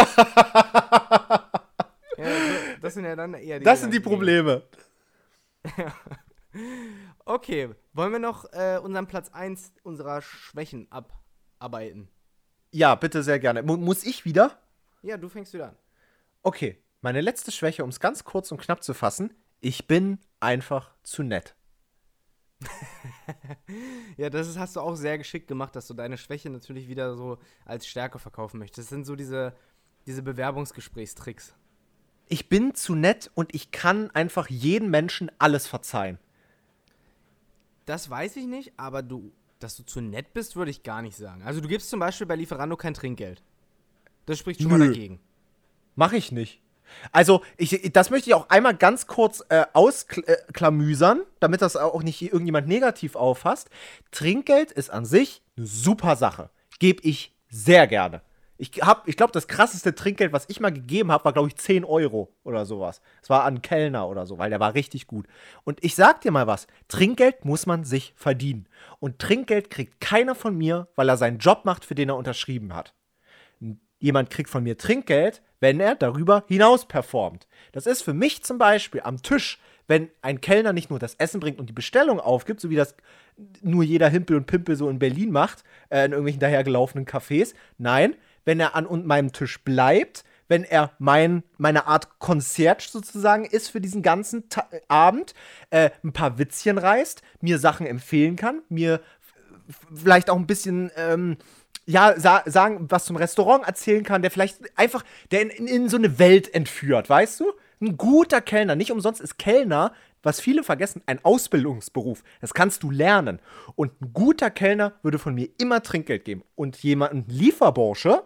so, das sind ja dann eher die Das sind die Gedanken. Probleme. Okay, wollen wir noch äh, unseren Platz eins unserer Schwächen abarbeiten? Ja, bitte sehr gerne. Mu- muss ich wieder? Ja, du fängst wieder an. Okay, meine letzte Schwäche, um es ganz kurz und knapp zu fassen. Ich bin einfach zu nett. Ja, das ist, hast du auch sehr geschickt gemacht, dass du deine Schwäche natürlich wieder so als Stärke verkaufen möchtest. Das sind so diese, diese Bewerbungsgesprächstricks. Ich bin zu nett und ich kann einfach jedem Menschen alles verzeihen. Das weiß ich nicht, aber du, dass du zu nett bist, würde ich gar nicht sagen. Also du gibst zum Beispiel bei Lieferando kein Trinkgeld. Das spricht schon Nö. mal dagegen. Mach ich nicht. Also, ich, das möchte ich auch einmal ganz kurz äh, ausklamüsern, damit das auch nicht irgendjemand negativ auffasst. Trinkgeld ist an sich eine super Sache. Gebe ich sehr gerne. Ich, hab- ich glaube, das krasseste Trinkgeld, was ich mal gegeben habe, war, glaube ich, zehn Euro oder sowas. Es war an einen Kellner oder so, weil der war richtig gut. Und ich sag dir mal was, Trinkgeld muss man sich verdienen. Und Trinkgeld kriegt keiner von mir, weil er seinen Job macht, für den er unterschrieben hat. Jemand kriegt von mir Trinkgeld, wenn er darüber hinaus performt. Das ist für mich zum Beispiel am Tisch, wenn ein Kellner nicht nur das Essen bringt und die Bestellung aufgibt, so wie das nur jeder Himpel und Pimpel so in Berlin macht, äh, in irgendwelchen dahergelaufenen Cafés. Nein, wenn er an un- meinem Tisch bleibt, wenn er mein, meine Art Concierge sozusagen ist für diesen ganzen Ta- Abend, äh, ein paar Witzchen reißt, mir Sachen empfehlen kann, mir f- vielleicht auch ein bisschen ähm, ja, sa- sagen, was zum Restaurant erzählen kann, der vielleicht einfach, der in, in, in so eine Welt entführt, weißt du? Ein guter Kellner, nicht umsonst ist Kellner, was viele vergessen, ein Ausbildungsberuf. Das kannst du lernen. Und ein guter Kellner würde von mir immer Trinkgeld geben. Und jemanden Lieferbursche,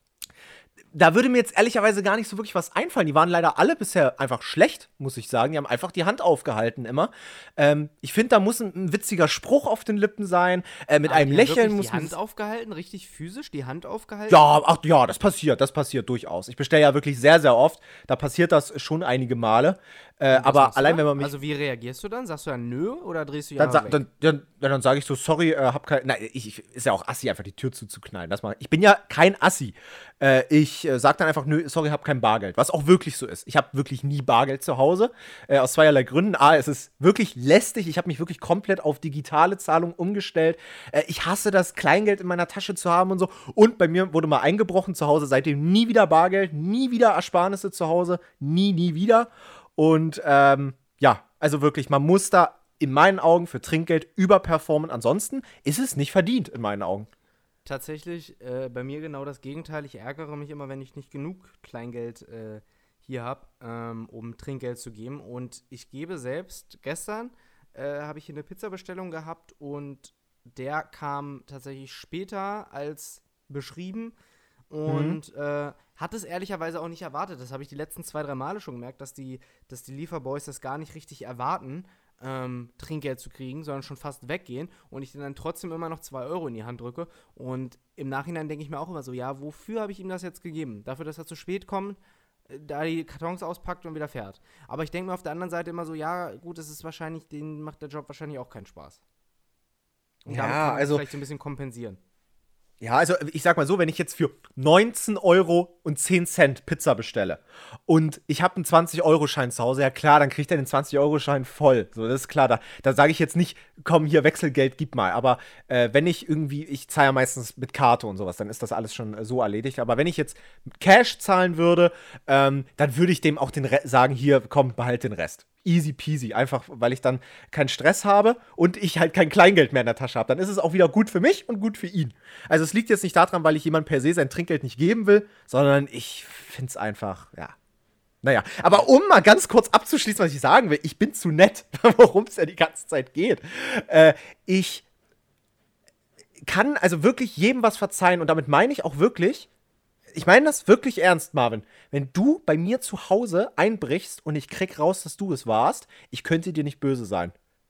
da würde mir jetzt ehrlicherweise gar nicht so wirklich was einfallen. Die waren leider alle bisher einfach schlecht, muss ich sagen. Die haben einfach die Hand aufgehalten immer. Ähm, ich finde, da muss ein, ein witziger Spruch auf den Lippen sein. Äh, mit Aber einem die haben Lächeln wirklich muss die man. Hand aufgehalten, richtig physisch die Hand aufgehalten? Ja, ach ja, das passiert, das passiert durchaus. Ich bestelle ja wirklich sehr, sehr oft. Da passiert das schon einige Male. Äh, Was aber machst du allein, dann? wenn man mich. Also wie reagierst du dann? Sagst du dann nö oder drehst du ja Dann, sa weg? dann, dann, dann, dann sage ich so, sorry, äh, hab kein. Nein, ich, ich, ist ja auch Assi, einfach die Tür zuzuknallen. Das mach ich. Ich bin ja kein Assi. Äh, ich äh, sag dann einfach, nö, sorry, hab kein Bargeld. Was auch wirklich so ist. Ich habe wirklich nie Bargeld zu Hause. Äh, aus zweierlei Gründen. A, es ist wirklich lästig. Ich habe mich wirklich komplett auf digitale Zahlungen umgestellt. Äh, ich hasse das, Kleingeld in meiner Tasche zu haben und so. Und bei mir wurde mal eingebrochen zu Hause. Seitdem nie wieder Bargeld, nie wieder Ersparnisse zu Hause. Nie, nie wieder. Und, ähm, ja, also wirklich, man muss da in meinen Augen für Trinkgeld überperformen. Ansonsten ist es nicht verdient, in meinen Augen. Tatsächlich äh, bei mir genau das Gegenteil. Ich ärgere mich immer, wenn ich nicht genug Kleingeld äh, hier habe, ähm, um Trinkgeld zu geben. Und ich gebe selbst, gestern äh, habe ich hier eine Pizzabestellung gehabt und der kam tatsächlich später als beschrieben und mhm. äh, hat es ehrlicherweise auch nicht erwartet. Das habe ich die letzten zwei, drei Male schon gemerkt, dass die, dass die Lieferboys das gar nicht richtig erwarten, ähm, Trinkgeld zu kriegen, sondern schon fast weggehen und ich denen dann trotzdem immer noch zwei Euro in die Hand drücke. Und im Nachhinein denke ich mir auch immer so, ja, wofür habe ich ihm das jetzt gegeben? Dafür, dass er zu spät kommt, da die Kartons auspackt und wieder fährt. Aber ich denke mir auf der anderen Seite immer so, ja, gut, es ist wahrscheinlich, denen macht der Job wahrscheinlich auch keinen Spaß. Und ja, damit kann man also, das vielleicht so ein bisschen kompensieren. Ja, also ich sag mal so, wenn ich jetzt für neunzehn Euro und zehn Cent Pizza bestelle und ich habe einen zwanzig-Euro-Schein zu Hause, ja klar, dann kriegt er den zwanzig-Euro-Schein voll. So, das ist klar. Da, da sage ich jetzt nicht, komm, hier, Wechselgeld, gib mal. Aber äh, wenn ich irgendwie, ich zahle ja meistens mit Karte und sowas, dann ist das alles schon äh, so erledigt. Aber wenn ich jetzt Cash zahlen würde, ähm, dann würde ich dem auch den Re- sagen, hier, komm, behalt den Rest. Easy peasy, einfach weil ich dann keinen Stress habe und ich halt kein Kleingeld mehr in der Tasche habe. Dann ist es auch wieder gut für mich und gut für ihn. Also es liegt jetzt nicht daran, weil ich jemandem per se sein Trinkgeld nicht geben will, sondern ich finde es einfach, ja. Naja, aber um mal ganz kurz abzuschließen, was ich sagen will, ich bin zu nett, worum es ja die ganze Zeit geht. Äh, ich kann also wirklich jedem was verzeihen und damit meine ich auch wirklich, ich meine das wirklich ernst, Marvin. Wenn du bei mir zu Hause einbrichst und ich krieg raus, dass du es warst, ich könnte dir nicht böse sein.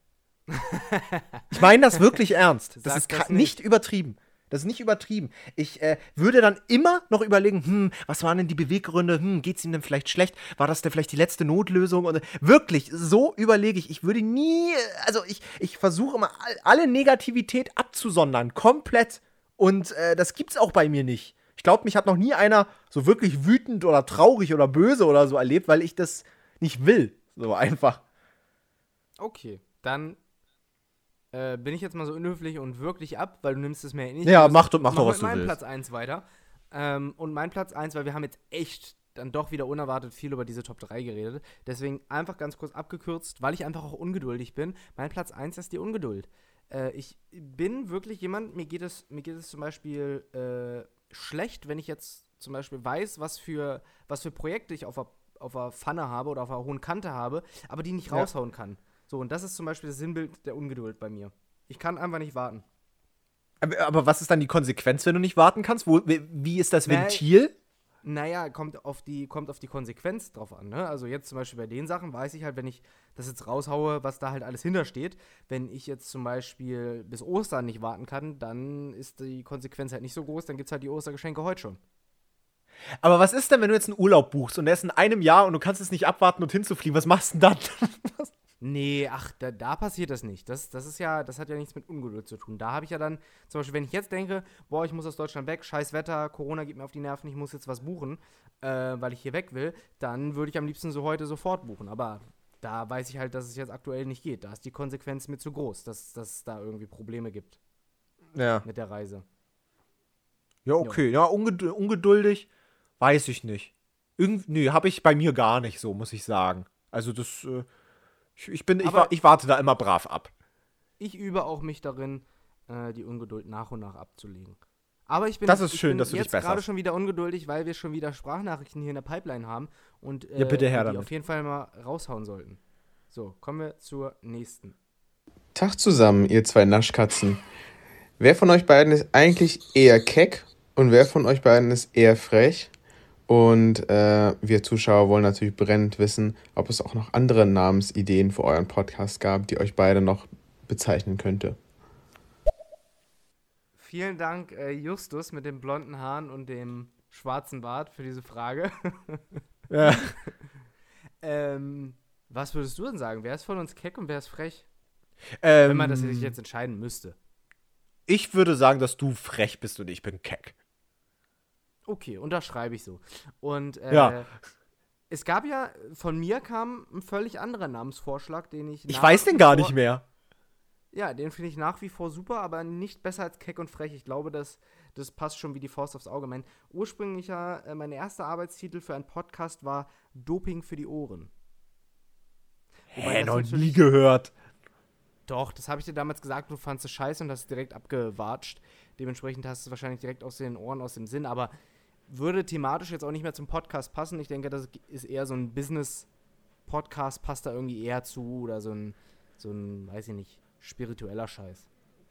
Ich meine das wirklich ernst. Das Sag ist das ka- nicht. nicht übertrieben. Das ist nicht übertrieben. Ich äh, würde dann immer noch überlegen, hm, was waren denn die Beweggründe? Hm, geht's ihm denn vielleicht schlecht? War das denn vielleicht die letzte Notlösung? Und, äh, wirklich, so überlege ich. Ich würde nie, also ich, ich versuche immer all- alle Negativität abzusondern, komplett. Und äh, das gibt's auch bei mir nicht. Ich glaube, mich hat noch nie einer so wirklich wütend oder traurig oder böse oder so erlebt, weil ich das nicht will. So einfach. Okay, dann äh, bin ich jetzt mal so unhöflich und wirklich ab, weil du nimmst es mir nicht. Ja, Du mach bist- doch- mach doch, mach was mit du meinem willst. Platz eins weiter. Ähm, und mein Platz eins, weil wir haben jetzt echt dann doch wieder unerwartet viel über diese Top drei geredet. Deswegen einfach ganz kurz abgekürzt, weil ich einfach auch ungeduldig bin. Mein Platz eins ist die Ungeduld. Äh, ich bin wirklich jemand, mir geht es, mir geht es zum Beispiel äh, schlecht, wenn ich jetzt zum Beispiel weiß, was für, was für Projekte ich auf der, auf der Pfanne habe oder auf der hohen Kante habe, aber die nicht Ja. raushauen kann. So, und das ist zum Beispiel das Sinnbild der Ungeduld bei mir. Ich kann einfach nicht warten. Aber, aber was ist dann die Konsequenz, wenn du nicht warten kannst? Wo, wie, wie ist das Nee. Ventil? Naja, kommt auf die, kommt auf die Konsequenz drauf an, ne? Also jetzt zum Beispiel bei den Sachen weiß ich halt, wenn ich das jetzt raushaue, was da halt alles hintersteht. Wenn ich jetzt zum Beispiel bis Ostern nicht warten kann, dann ist die Konsequenz halt nicht so groß, dann gibt's halt die Ostergeschenke heute schon. Aber was ist denn, wenn du jetzt einen Urlaub buchst und der ist in einem Jahr und du kannst es nicht abwarten und hinzufliegen? Was machst du denn dann? Nee, ach, da, da passiert das nicht. Das, das ist ja, das hat ja nichts mit Ungeduld zu tun. Da habe ich ja dann, zum Beispiel, wenn ich jetzt denke, boah, ich muss aus Deutschland weg, scheiß Wetter, Corona geht mir auf die Nerven, ich muss jetzt was buchen, äh, weil ich hier weg will, dann würde ich am liebsten so heute sofort buchen. Aber da weiß ich halt, dass es jetzt aktuell nicht geht. Da ist die Konsequenz mir zu groß, dass dass es da irgendwie Probleme gibt Ja. mit der Reise. Ja, okay. Ja, unged ungeduldig, weiß ich nicht. Irgend nee, habe ich bei mir gar nicht so, muss ich sagen. Also das, äh, ich, ich bin, ich, Aber- wa ich warte da immer brav ab. Ich übe auch mich darin, äh, die Ungeduld nach und nach abzulegen. Aber ich bin, Das ist ich schön, bin dass du dich jetzt gerade besserst. schon wieder ungeduldig, weil wir schon wieder Sprachnachrichten hier in der Pipeline haben und äh, Ja, bitte her wir die damit. auf jeden Fall mal raushauen sollten. So, kommen wir zur nächsten. Tag zusammen, ihr zwei Naschkatzen. Wer von euch beiden ist eigentlich eher keck und wer von euch beiden ist eher frech? Und äh, wir Zuschauer wollen natürlich brennend wissen, ob es auch noch andere Namensideen für euren Podcast gab, die euch beide noch bezeichnen könnte. Vielen Dank, äh, Justus, mit den blonden Haaren und dem schwarzen Bart für diese Frage. Ja. ähm, was würdest du denn sagen? Wer ist von uns keck und wer ist frech? Ähm, Wenn man das sich jetzt entscheiden müsste. Ich würde sagen, dass du frech bist und ich bin keck. Okay, unterschreibe ich so. Und äh, Ja. es gab ja, von mir kam ein völlig anderer Namensvorschlag, den ich Ich nach weiß den wie gar vor- nicht mehr. Ja, den finde ich nach wie vor super, aber nicht besser als keck und frech. Ich glaube, das, das passt schon wie die Faust aufs Auge. Mein ursprünglicher, äh, mein erster Arbeitstitel für einen Podcast war Doping für die Ohren. Wobei Hä, das noch nie natürlich- gehört. Doch, das habe ich dir damals gesagt, du fandest es scheiße und hast es direkt abgewatscht. Dementsprechend hast du es wahrscheinlich direkt aus den Ohren, aus dem Sinn, aber würde thematisch jetzt auch nicht mehr zum Podcast passen. Ich denke, das ist eher so ein Business-Podcast, passt da irgendwie eher zu oder so ein, so ein, weiß ich nicht, spiritueller Scheiß.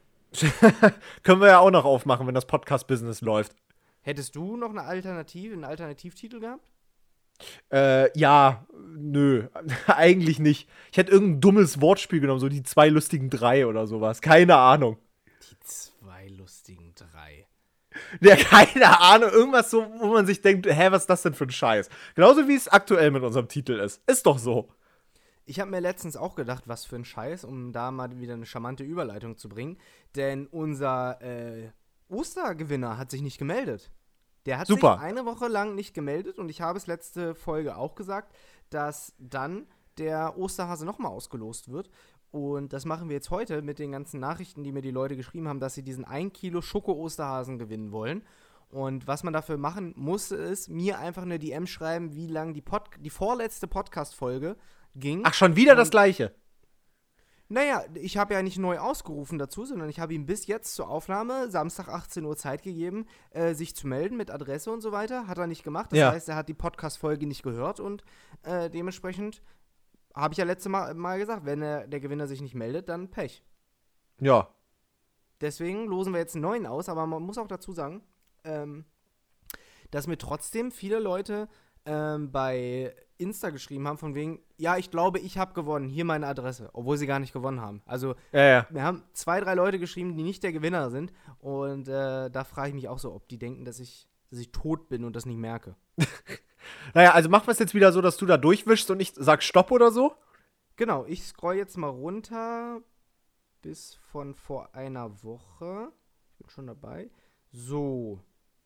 Können wir ja auch noch aufmachen, wenn das Podcast-Business läuft. Hättest du noch eine Alternative, einen Alternativtitel gehabt? Äh, ja, nö, eigentlich nicht. Ich hätte irgendein dummes Wortspiel genommen, so die zwei lustigen drei oder sowas. Keine Ahnung. Die zwei lustigen drei. Ja, keine Ahnung. Irgendwas so, wo man sich denkt, hä, was ist das denn für ein Scheiß? Genauso wie es aktuell mit unserem Titel ist. Ist doch so. Ich habe mir letztens auch gedacht, was für ein Scheiß, um da mal wieder eine charmante Überleitung zu bringen. Denn unser äh, Ostergewinner hat sich nicht gemeldet. Der hat Super. sich eine Woche lang nicht gemeldet und ich habe es letzte Folge auch gesagt, dass dann der Osterhase nochmal ausgelost wird. Und das machen wir jetzt heute mit den ganzen Nachrichten, die mir die Leute geschrieben haben, dass sie diesen ein Kilo Schoko-Osterhasen gewinnen wollen. Und was man dafür machen muss, ist mir einfach eine D M schreiben, wie lang die, Pod- die vorletzte Podcast-Folge ging. Ach, schon wieder und das Gleiche. Naja, ich habe ja nicht neu ausgerufen dazu, sondern ich habe ihm bis jetzt zur Aufnahme Samstag achtzehn Uhr Zeit gegeben, äh, sich zu melden mit Adresse und so weiter. Hat er nicht gemacht. Das Ja. heißt, er hat die Podcast-Folge nicht gehört und äh, dementsprechend habe ich ja letztes Mal, mal gesagt, wenn er, der Gewinner sich nicht meldet, dann Pech. Ja. Deswegen losen wir jetzt einen neuen aus, aber man muss auch dazu sagen, ähm, dass mir trotzdem viele Leute ähm, bei Insta geschrieben haben, von wegen, ja, ich glaube, ich habe gewonnen, hier meine Adresse, obwohl sie gar nicht gewonnen haben. Also, Ja, ja. wir haben zwei, drei Leute geschrieben, die nicht der Gewinner sind und äh, da frage ich mich auch so, ob die denken, dass ich, dass ich tot bin und das nicht merke. Naja, also machen wir es jetzt wieder so, dass du da durchwischst und ich sag Stopp oder so? Genau, ich scroll jetzt mal runter bis von vor einer Woche. Ich bin schon dabei. So.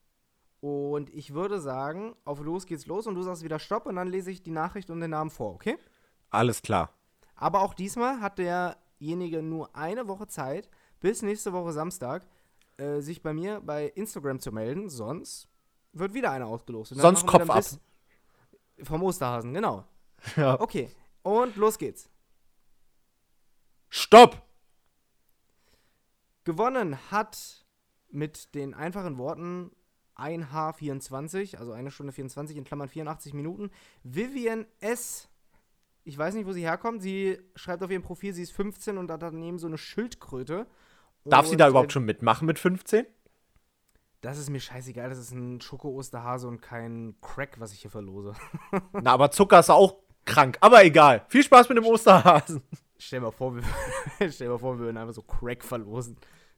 Und ich würde sagen, auf los geht's los und du sagst wieder Stopp und dann lese ich die Nachricht und den Namen vor, okay? Alles klar. Aber auch diesmal hat derjenige nur eine Woche Zeit, bis nächste Woche Samstag, äh, sich bei mir bei Instagram zu melden, sonst wird wieder einer ausgelost. Und dann Sonst machen wir Kopf dann ab. bis- Vom Osterhasen, genau. Ja. Okay, und los geht's. Stopp! Gewonnen hat mit den einfachen Worten ein H vierundzwanzig, also eine Stunde vierundzwanzig in Klammern vierundachtzig Minuten, Vivian S. Ich weiß nicht, wo sie herkommt. Sie schreibt auf ihrem Profil, sie ist fünfzehn und hat daneben so eine Schildkröte. Darf sie Und, da überhaupt äh, schon mitmachen mit fünfzehn? Das ist mir scheißegal, das ist ein Schoko-Osterhase und kein Crack, was ich hier verlose. Na, aber Zucker ist auch krank. Aber egal. Viel Spaß mit dem Osterhasen. Stell dir mal vor, wir, stell dir mal vor, wir würden einfach so Crack verlosen.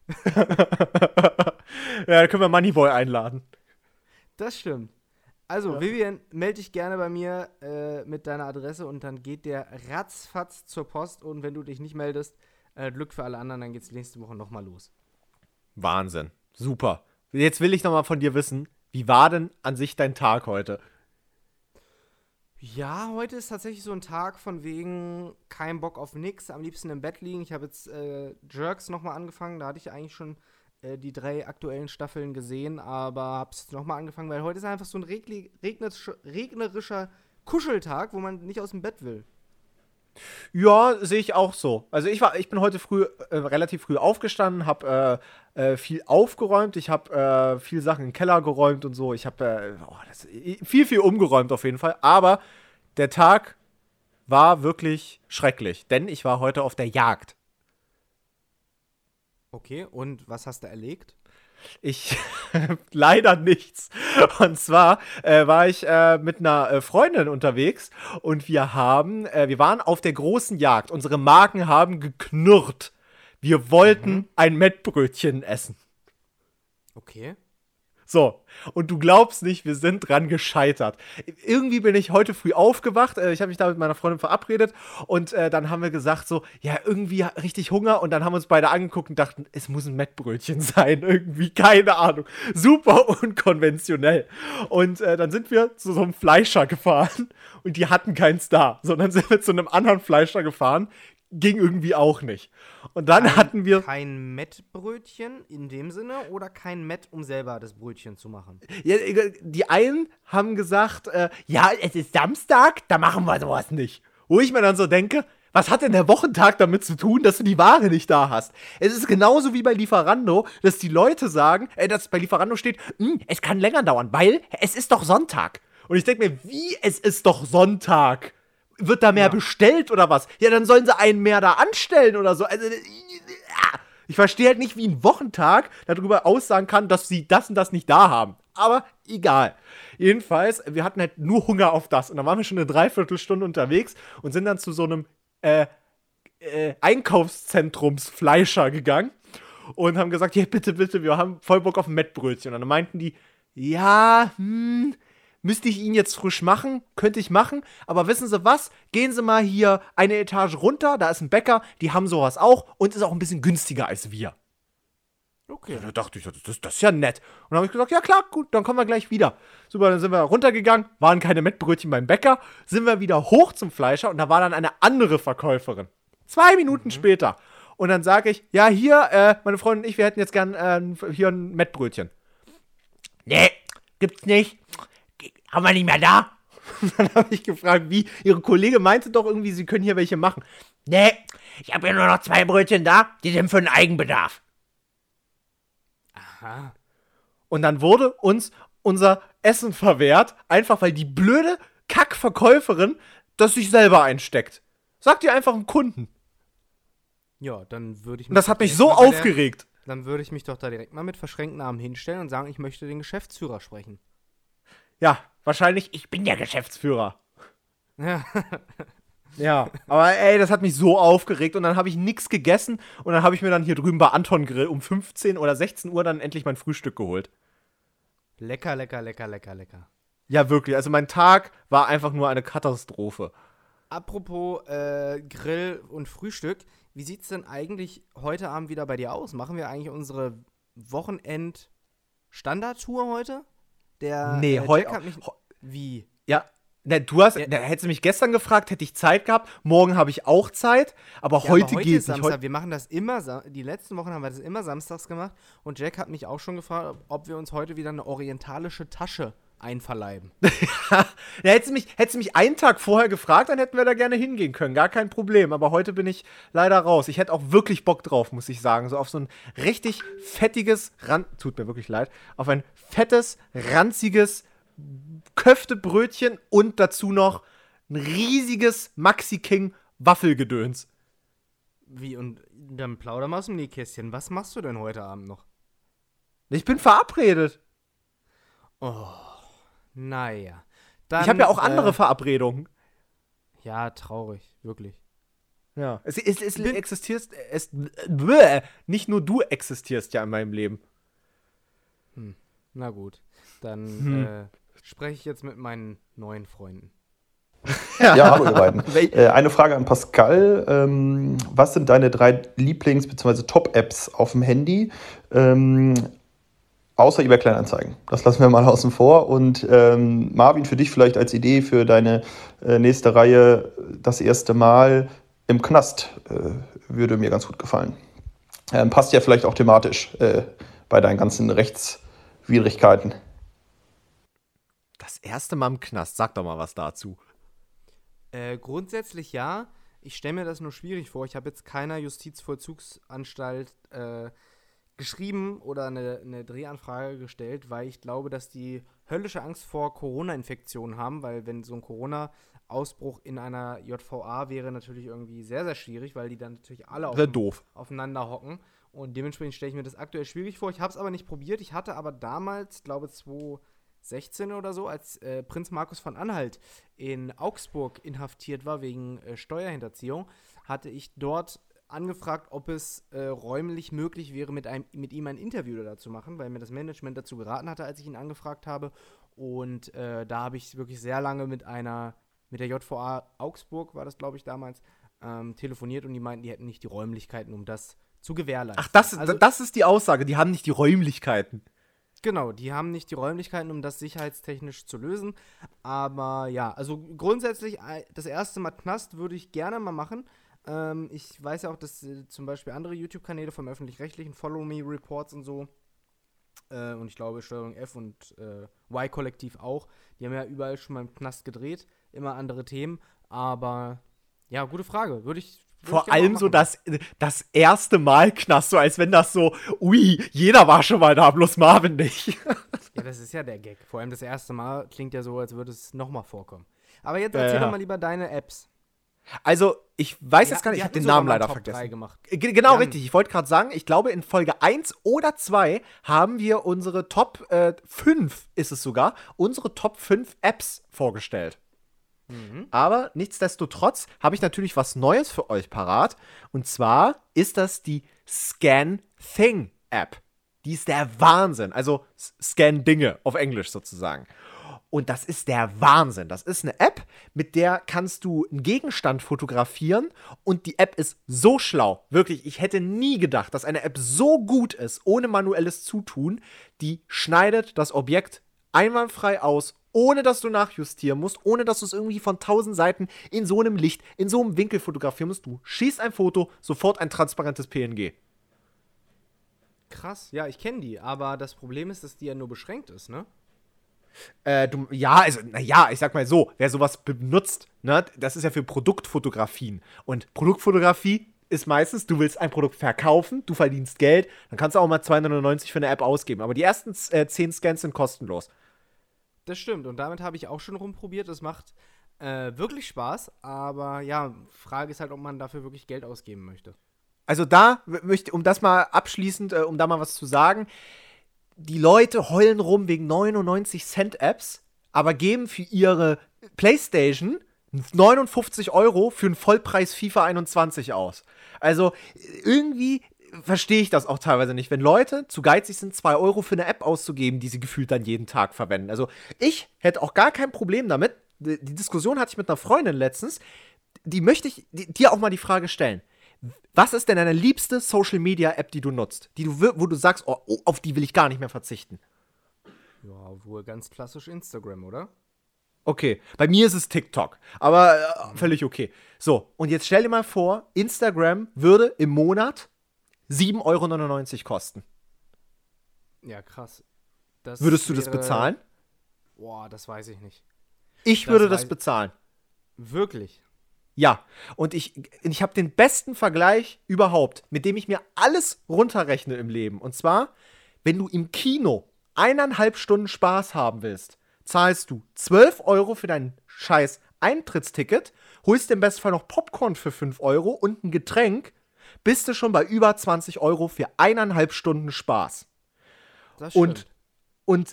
Ja, da können wir Moneyboy einladen. Das stimmt. Also, Ja. Vivian, melde dich gerne bei mir äh, mit deiner Adresse und dann geht der ratzfatz zur Post und wenn du dich nicht meldest, äh, Glück für alle anderen, dann geht's nächste Woche nochmal los. Wahnsinn. Super. Jetzt will ich noch mal von dir wissen, wie war denn an sich dein Tag heute? Ja, heute ist tatsächlich so ein Tag von wegen kein Bock auf nix, am liebsten im Bett liegen. Ich habe jetzt äh, Jerks nochmal angefangen, da hatte ich eigentlich schon äh, die drei aktuellen Staffeln gesehen, aber habe es jetzt nochmal angefangen, weil heute ist einfach so ein regli- regnerisch- regnerischer Kuscheltag, wo man nicht aus dem Bett will. Ja, sehe ich auch so. Also ich war, ich bin heute früh, äh, relativ früh aufgestanden, habe äh, äh, viel aufgeräumt, ich habe äh, viel Sachen in den Keller geräumt und so. Ich habe äh, oh, das- viel, viel umgeräumt auf jeden Fall. Aber der Tag war wirklich schrecklich, denn ich war heute auf der Jagd. Okay, und was hast du erlegt? Ich leider nichts. Und zwar äh, war ich äh, mit einer äh, Freundin unterwegs und wir haben, äh, wir waren auf der großen Jagd. Unsere Magen haben geknurrt. Wir wollten Mhm. ein Mettbrötchen essen. Okay. So, und du glaubst nicht, wir sind dran gescheitert. Irgendwie bin ich heute früh aufgewacht, äh, ich habe mich da mit meiner Freundin verabredet und äh, dann haben wir gesagt so, ja, irgendwie richtig Hunger und dann haben wir uns beide angeguckt und dachten, es muss ein Mettbrötchen sein, irgendwie, keine Ahnung. Super unkonventionell. Und äh, dann sind wir zu so einem Fleischer gefahren und die hatten keins da, sondern sind wir zu einem anderen Fleischer gefahren, ging irgendwie auch nicht. Und dann Kein- hatten wir Kein Mettbrötchen in dem Sinne oder kein Mett, um selber das Brötchen zu machen? Ja, die einen haben gesagt, äh, ja, es ist Samstag, da machen wir sowas nicht. Wo ich mir dann so denke, Was hat denn der Wochentag damit zu tun, dass du die Ware nicht da hast? Es ist genauso wie bei Lieferando, dass die Leute sagen, äh, dass bei Lieferando steht, es kann länger dauern, weil es ist doch Sonntag. Und ich denke mir, wie, es ist doch Sonntag? Wird da mehr ja. bestellt oder was? Ja, dann sollen sie einen mehr da anstellen oder so. Also, ich verstehe halt nicht, wie ein Wochentag darüber aussagen kann, dass sie das und das nicht da haben. Aber egal. Jedenfalls, wir hatten halt nur Hunger auf das. Und dann waren wir schon eine Dreiviertelstunde unterwegs und sind dann zu so einem äh, äh, Einkaufszentrumsfleischer gegangen und haben gesagt, ja, bitte, bitte, wir haben voll Bock auf ein Mettbrötchen. Und dann meinten die, ja, hm, müsste ich ihn jetzt frisch machen? Könnte ich machen. Aber wissen Sie was? Gehen Sie mal hier eine Etage runter, da ist ein Bäcker, die haben sowas auch und ist auch ein bisschen günstiger als wir. Okay. Da dachte ich, das, das ist ja nett. Und dann habe ich gesagt, ja klar, gut, dann kommen wir gleich wieder. Super, dann sind wir runtergegangen, waren keine Mettbrötchen beim Bäcker, sind wir wieder hoch zum Fleischer und da war dann eine andere Verkäuferin. Zwei Minuten mhm. später. Und dann sage ich, ja hier, äh, meine Freundin und ich, wir hätten jetzt gern äh, hier ein Mettbrötchen. Nee, gibt's nicht. Haben wir nicht mehr da? Und dann habe ich gefragt, wie? Ihre Kollegin meinte doch irgendwie, sie können hier welche machen. Nee, ich habe ja nur noch zwei Brötchen da, die sind für den Eigenbedarf. Aha. Und dann wurde uns unser Essen verwehrt, einfach weil die blöde Kackverkäuferin das sich selber einsteckt. Sagt ihr einfach dem Kunden. Ja, dann würde ich mich. Und das hat mich so aufgeregt. Der, dann würde ich mich doch da direkt mal mit verschränkten Armen hinstellen und sagen, ich möchte den Geschäftsführer sprechen. Ja, wahrscheinlich, ich bin der Geschäftsführer. Ja. Ja, aber ey, das hat mich so aufgeregt und dann habe ich nichts gegessen und dann habe ich mir dann hier drüben bei Anton Grill um fünfzehn oder sechzehn Uhr dann endlich mein Frühstück geholt. Lecker, lecker, lecker, lecker, lecker. Ja, wirklich, also mein Tag war einfach nur eine Katastrophe. Apropos äh, Grill und Frühstück, wie sieht's denn eigentlich heute Abend wieder bei dir aus? Machen wir eigentlich unsere Wochenend-Standardtour heute? Der nee, äh, heute. Jack hat mich. Wie? Ja. Ne, du hast, ja. ne, hättest du mich gestern gefragt, hätte ich Zeit gehabt. Morgen habe ich auch Zeit, aber ja, heute, aber heute geht ist nicht. Samstag. Heu- wir machen das immer, die letzten Wochen haben wir das immer samstags gemacht und Jack hat mich auch schon gefragt, ob wir uns heute wieder eine orientalische Tasche einverleiben. ja, hättest du mich, hättest du mich einen Tag vorher gefragt, dann hätten wir da gerne hingehen können, gar kein Problem. Aber heute bin ich leider raus. Ich hätte auch wirklich Bock drauf, muss ich sagen. So auf so ein richtig fettiges, ran- tut mir wirklich leid, auf ein fettes, ranziges Köftebrötchen und dazu noch ein riesiges Maxi King Waffelgedöns. Wie, und dann plauder mal aus dem Nähkästchen. Was machst du denn heute Abend noch? Ich bin verabredet. Oh, naja. Dann, ich habe ja auch andere äh, Verabredungen. Ja, traurig, wirklich. Ja, es, es, es existierst, es, bläh, nicht nur du existierst ja in meinem Leben. Hm, na gut, dann hm. äh, spreche ich jetzt mit meinen neuen Freunden. Ja, hallo ihr beiden. Äh, eine Frage an Pascal. Ähm, was sind deine drei Lieblings- bzw. Top-Apps auf dem Handy? Ähm, außer eBay Kleinanzeigen. Das lassen wir mal außen vor. Und ähm, Marvin, für dich vielleicht als Idee für deine äh, nächste Reihe, das erste Mal im Knast, äh, würde mir ganz gut gefallen. Ähm, passt ja vielleicht auch thematisch äh, bei deinen ganzen Rechtswidrigkeiten. Das erste Mal im Knast, sag doch mal was dazu. Äh, grundsätzlich ja. Ich stelle mir das nur schwierig vor. Ich habe jetzt keiner Justizvollzugsanstalt äh, geschrieben oder eine, eine Drehanfrage gestellt, weil ich glaube, dass die höllische Angst vor Corona-Infektionen haben, weil wenn so ein Corona-Ausbruch in einer J V A wäre, natürlich irgendwie sehr, sehr schwierig, weil die dann natürlich alle auf, doof. aufeinander hocken. Und dementsprechend stelle ich mir das aktuell schwierig vor. Ich habe es aber nicht probiert. Ich hatte aber damals, glaube ich, zweitausendsechzehn oder so, als äh, Prinz Markus von Anhalt in Augsburg inhaftiert war wegen äh, Steuerhinterziehung, hatte ich dort angefragt, ob es äh, räumlich möglich wäre, mit, einem, mit ihm ein Interview dazu machen, weil mir das Management dazu geraten hatte, als ich ihn angefragt habe. Und äh, da habe ich wirklich sehr lange mit einer, mit der J V A Augsburg, war das glaube ich damals, ähm, telefoniert und die meinten, die hätten nicht die Räumlichkeiten, um das zu gewährleisten. Ach, das, also, das ist die Aussage, die haben nicht die Räumlichkeiten. Genau, die haben nicht die Räumlichkeiten, um das sicherheitstechnisch zu lösen. Aber ja, also grundsätzlich, das erste Mal Knast würde ich gerne mal machen. Ähm, ich weiß ja auch, dass äh, zum Beispiel andere YouTube-Kanäle vom Öffentlich-Rechtlichen, Follow Me Reports und so, äh, und ich glaube Steuerung F und äh, Y-Kollektiv auch, die haben ja überall schon mal im Knast gedreht, immer andere Themen. Aber Ja, gute Frage. Würde ich. würd Vor ich gerne allem mal so machen. das, das erste Mal Knast, so als wenn das so, ui, jeder war schon mal da, bloß Marvin nicht. Ja, das ist ja der Gag. Vor allem das erste Mal klingt ja so, als würde es nochmal vorkommen. Aber jetzt Ja, erzähl ja. doch mal lieber deine Apps. Also, ich weiß Wir- jetzt gar nicht, wir ich habe hatten den sogar Namen mal leider Top drei vergessen. gemacht. G genau, Wir haben- richtig. Ich wollte gerade sagen, ich glaube, in Folge eins oder zwei haben wir unsere Top äh, fünf, ist es sogar, unsere Top fünf Apps vorgestellt. Mhm. Aber nichtsdestotrotz habe ich natürlich was Neues für euch parat. Und zwar ist das die Scan Thing App. Die ist der Wahnsinn. Also S- Scan Dinge auf Englisch sozusagen. Und das ist der Wahnsinn. Das ist eine App, mit der kannst du einen Gegenstand fotografieren. Und die App ist so schlau. Wirklich, ich hätte nie gedacht, dass eine App so gut ist, ohne manuelles Zutun. Die schneidet das Objekt einwandfrei aus, ohne dass du nachjustieren musst, ohne dass du es irgendwie von tausend Seiten in so einem Licht, in so einem Winkel fotografieren musst. Du schießt ein Foto, sofort ein transparentes P N G. Krass. Ja, ich kenne die. Aber das Problem ist, dass die ja nur beschränkt ist, ne? Äh, du, ja, also, naja, ich sag mal so, wer sowas benutzt, ne, das ist ja für Produktfotografien. Und Produktfotografie ist meistens, du willst ein Produkt verkaufen, du verdienst Geld, dann kannst du auch mal zweihundertneunundneunzig für eine App ausgeben. Aber die ersten äh, zehn Scans sind kostenlos. Das stimmt. Und damit habe ich auch schon rumprobiert. Das macht äh, wirklich Spaß. Aber ja, Frage ist halt, ob man dafür wirklich Geld ausgeben möchte. Also da w- möchte, um das mal abschließend, äh, um da mal was zu sagen, die Leute heulen rum wegen neunundneunzig Cent Apps, aber geben für ihre PlayStation neunundfünfzig Euro für einen Vollpreis FIFA einundzwanzig aus. Also irgendwie verstehe ich das auch teilweise nicht, wenn Leute zu geizig sind, zwei Euro für eine App auszugeben, die sie gefühlt dann jeden Tag verwenden. Also ich hätte auch gar kein Problem damit. Die die Diskussion hatte ich mit einer Freundin letztens. Die möchte ich die, dir auch mal die Frage stellen. Was ist denn deine liebste Social-Media-App, die du nutzt? Die du, wir- wo du sagst, oh, oh, auf die will ich gar nicht mehr verzichten. Ja, wohl ganz klassisch Instagram, oder? Okay, bei mir ist es TikTok, aber äh, völlig okay. So, und jetzt stell dir mal vor, Instagram würde im Monat sieben Euro neunundneunzig kosten. Ja, krass. Das Würdest du das wäre- bezahlen? Boah, das weiß ich nicht. Ich Das würde das weiß- bezahlen. Wirklich? Ja, und ich, ich habe den besten Vergleich überhaupt, mit dem ich mir alles runterrechne im Leben. Und zwar, wenn du im Kino eineinhalb Stunden Spaß haben willst, zahlst du zwölf Euro für dein scheiß Eintrittsticket, holst dir im besten Fall noch Popcorn für fünf Euro und ein Getränk, bist du schon bei über zwanzig Euro für eineinhalb Stunden Spaß. Das Und, stimmt. und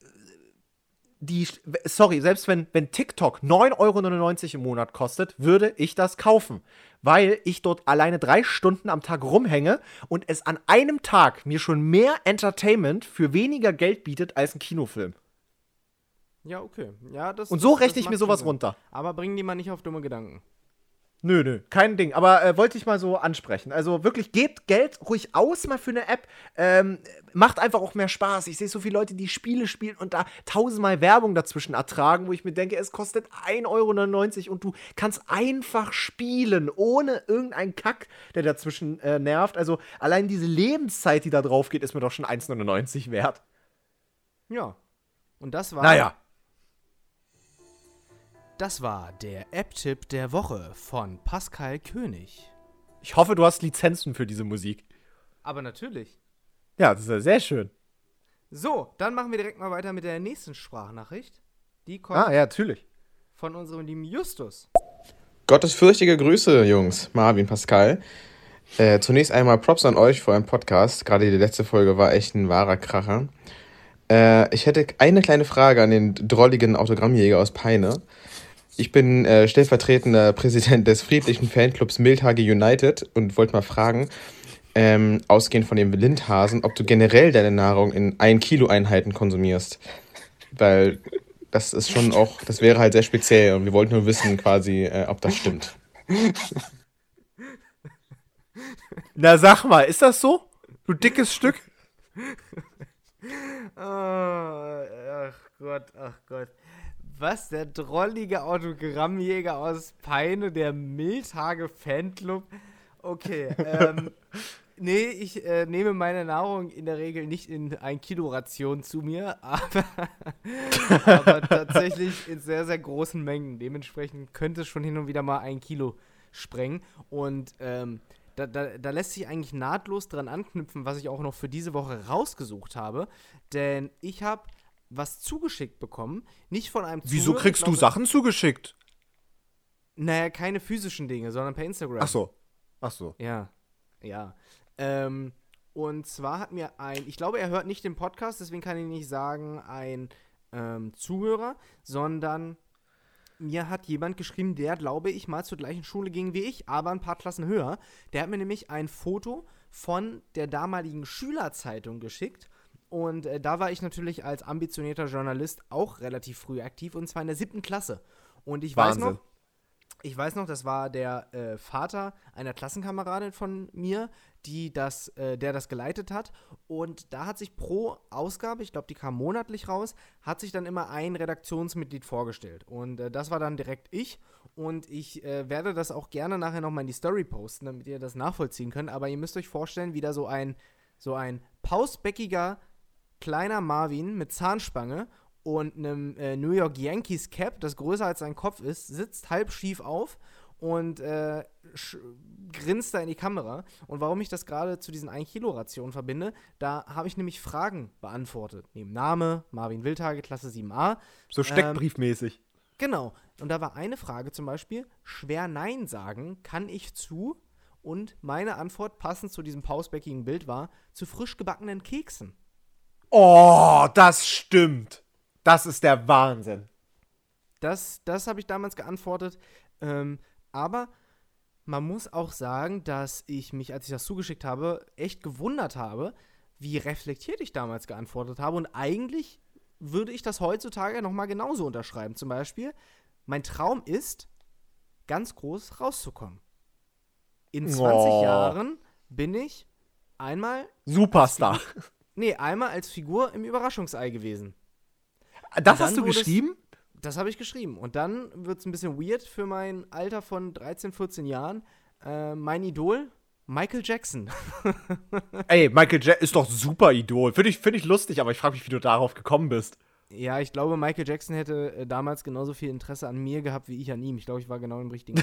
die, sorry, selbst wenn, wenn TikTok neun Euro neunundneunzig im Monat kostet, würde ich das kaufen. Weil ich dort alleine drei Stunden am Tag rumhänge und es an einem Tag mir schon mehr Entertainment für weniger Geld bietet als ein Kinofilm. Ja, okay. Ja, das, Und so das, rechne das ich mir macht sowas schon Sinn. runter. Aber bringen die mal nicht auf dumme Gedanken. Nö, nö, kein Ding. Aber äh, wollte ich mal so ansprechen. Also wirklich, gebt Geld ruhig aus mal für eine App. Ähm, macht einfach auch mehr Spaß. Ich sehe so viele Leute, die Spiele spielen und da tausendmal Werbung dazwischen ertragen, wo ich mir denke, es kostet ein Euro neunundneunzig und du kannst einfach spielen, ohne irgendeinen Kack, der dazwischen äh, nervt. Also allein diese Lebenszeit, die da drauf geht, ist mir doch schon eins neunundneunzig wert. Ja. Und das war. Naja. Das war der App-Tipp der Woche von Pascal König. Ich hoffe, du hast Lizenzen für diese Musik. Aber natürlich. Ja, das ist ja sehr schön. So, dann machen wir direkt mal weiter mit der nächsten Sprachnachricht. Die kommt Ah, ja, natürlich. von unserem lieben Justus. Gottesfürchtige Grüße, Jungs. Marvin, Pascal. Äh, zunächst einmal Props an euch für euren Podcast. Gerade die letzte Folge war echt ein wahrer Kracher. Äh, ich hätte eine kleine Frage an den drolligen Autogrammjäger aus Peine. Ich bin äh, stellvertretender Präsident des friedlichen Fanclubs Mildhage United und wollte mal fragen, ähm, ausgehend von dem Lindhasen, ob du generell deine Nahrung in ein Kilo Einheiten konsumierst. Weil das ist schon auch, das wäre halt sehr speziell und wir wollten nur wissen quasi, äh, ob das stimmt. Na, sag mal, ist das so? Du dickes Stück? Oh, ach Gott, ach Gott. Was, der drollige Autogrammjäger aus Peine, der Mildhage Fanclub? Okay, ähm, nee, ich äh, nehme meine Nahrung in der Regel nicht in ein Kilo Ration zu mir, aber, aber tatsächlich in sehr, sehr großen Mengen. Dementsprechend könnte es schon hin und wieder mal ein Kilo sprengen. Und ähm, da, da, da lässt sich eigentlich nahtlos dran anknüpfen, was ich auch noch für diese Woche rausgesucht habe. Denn ich habe was zugeschickt bekommen, nicht von einem Wieso Zuhörer, kriegst glaube, du Sachen zugeschickt? Naja, keine physischen Dinge, sondern per Instagram. Ach so. Ach so. Ja, ja. Ähm, und zwar hat mir ein, ich glaube, er hört nicht den Podcast, deswegen kann ich nicht sagen, ein ähm, Zuhörer, sondern mir hat jemand geschrieben, der, glaube ich, mal zur gleichen Schule ging wie ich, aber ein paar Klassen höher. Der hat mir nämlich ein Foto von der damaligen Schülerzeitung geschickt. Und äh, da war ich natürlich als ambitionierter Journalist auch relativ früh aktiv, und zwar in der siebten Klasse. Und ich Wahnsinn. weiß noch, ich weiß noch, das war der äh, Vater einer Klassenkameradin von mir, die das, äh, der das geleitet hat. Und da hat sich pro Ausgabe, ich glaube, die kam monatlich raus, hat sich dann immer ein Redaktionsmitglied vorgestellt. Und äh, das war dann direkt ich. Und ich äh, werde das auch gerne nachher nochmal in die Story posten, damit ihr das nachvollziehen könnt. Aber ihr müsst euch vorstellen, wie da so ein, so ein pausbäckiger kleiner Marvin mit Zahnspange und einem äh, New York Yankees Cap, das größer als sein Kopf ist, sitzt halb schief auf und äh, grinst da in die Kamera. Und warum ich das gerade zu diesen ein Kilo Rationen verbinde, da habe ich nämlich Fragen beantwortet. Neben Name, Marvin Wildhage, Klasse sieben a. So steckbriefmäßig. Ähm, genau. Und da war eine Frage zum Beispiel, schwer Nein sagen kann ich zu, und meine Antwort, passend zu diesem pausbäckigen Bild, war, zu frisch gebackenen Keksen. Oh, das stimmt. Das ist der Wahnsinn. Das, das habe ich damals geantwortet. Ähm, aber man muss auch sagen, dass ich mich, als ich das zugeschickt habe, echt gewundert habe, wie reflektiert ich damals geantwortet habe. Und eigentlich würde ich das heutzutage nochmal genauso unterschreiben. Zum Beispiel, mein Traum ist, ganz groß rauszukommen. In zwanzig Oh. Jahren bin ich einmal Superstar. Nee, einmal als Figur im Überraschungsei gewesen. Das dann hast du wurde es- geschrieben? Das habe ich geschrieben. Und dann wird es ein bisschen weird für mein Alter von dreizehn, vierzehn Jahren. Äh, mein Idol, Michael Jackson. Ey, Michael Jackson ist doch super Idol. Finde ich, find ich lustig, aber ich frage mich, wie du darauf gekommen bist. Ja, ich glaube, Michael Jackson hätte äh, damals genauso viel Interesse an mir gehabt wie ich an ihm. Ich glaube, ich war genau im richtigen.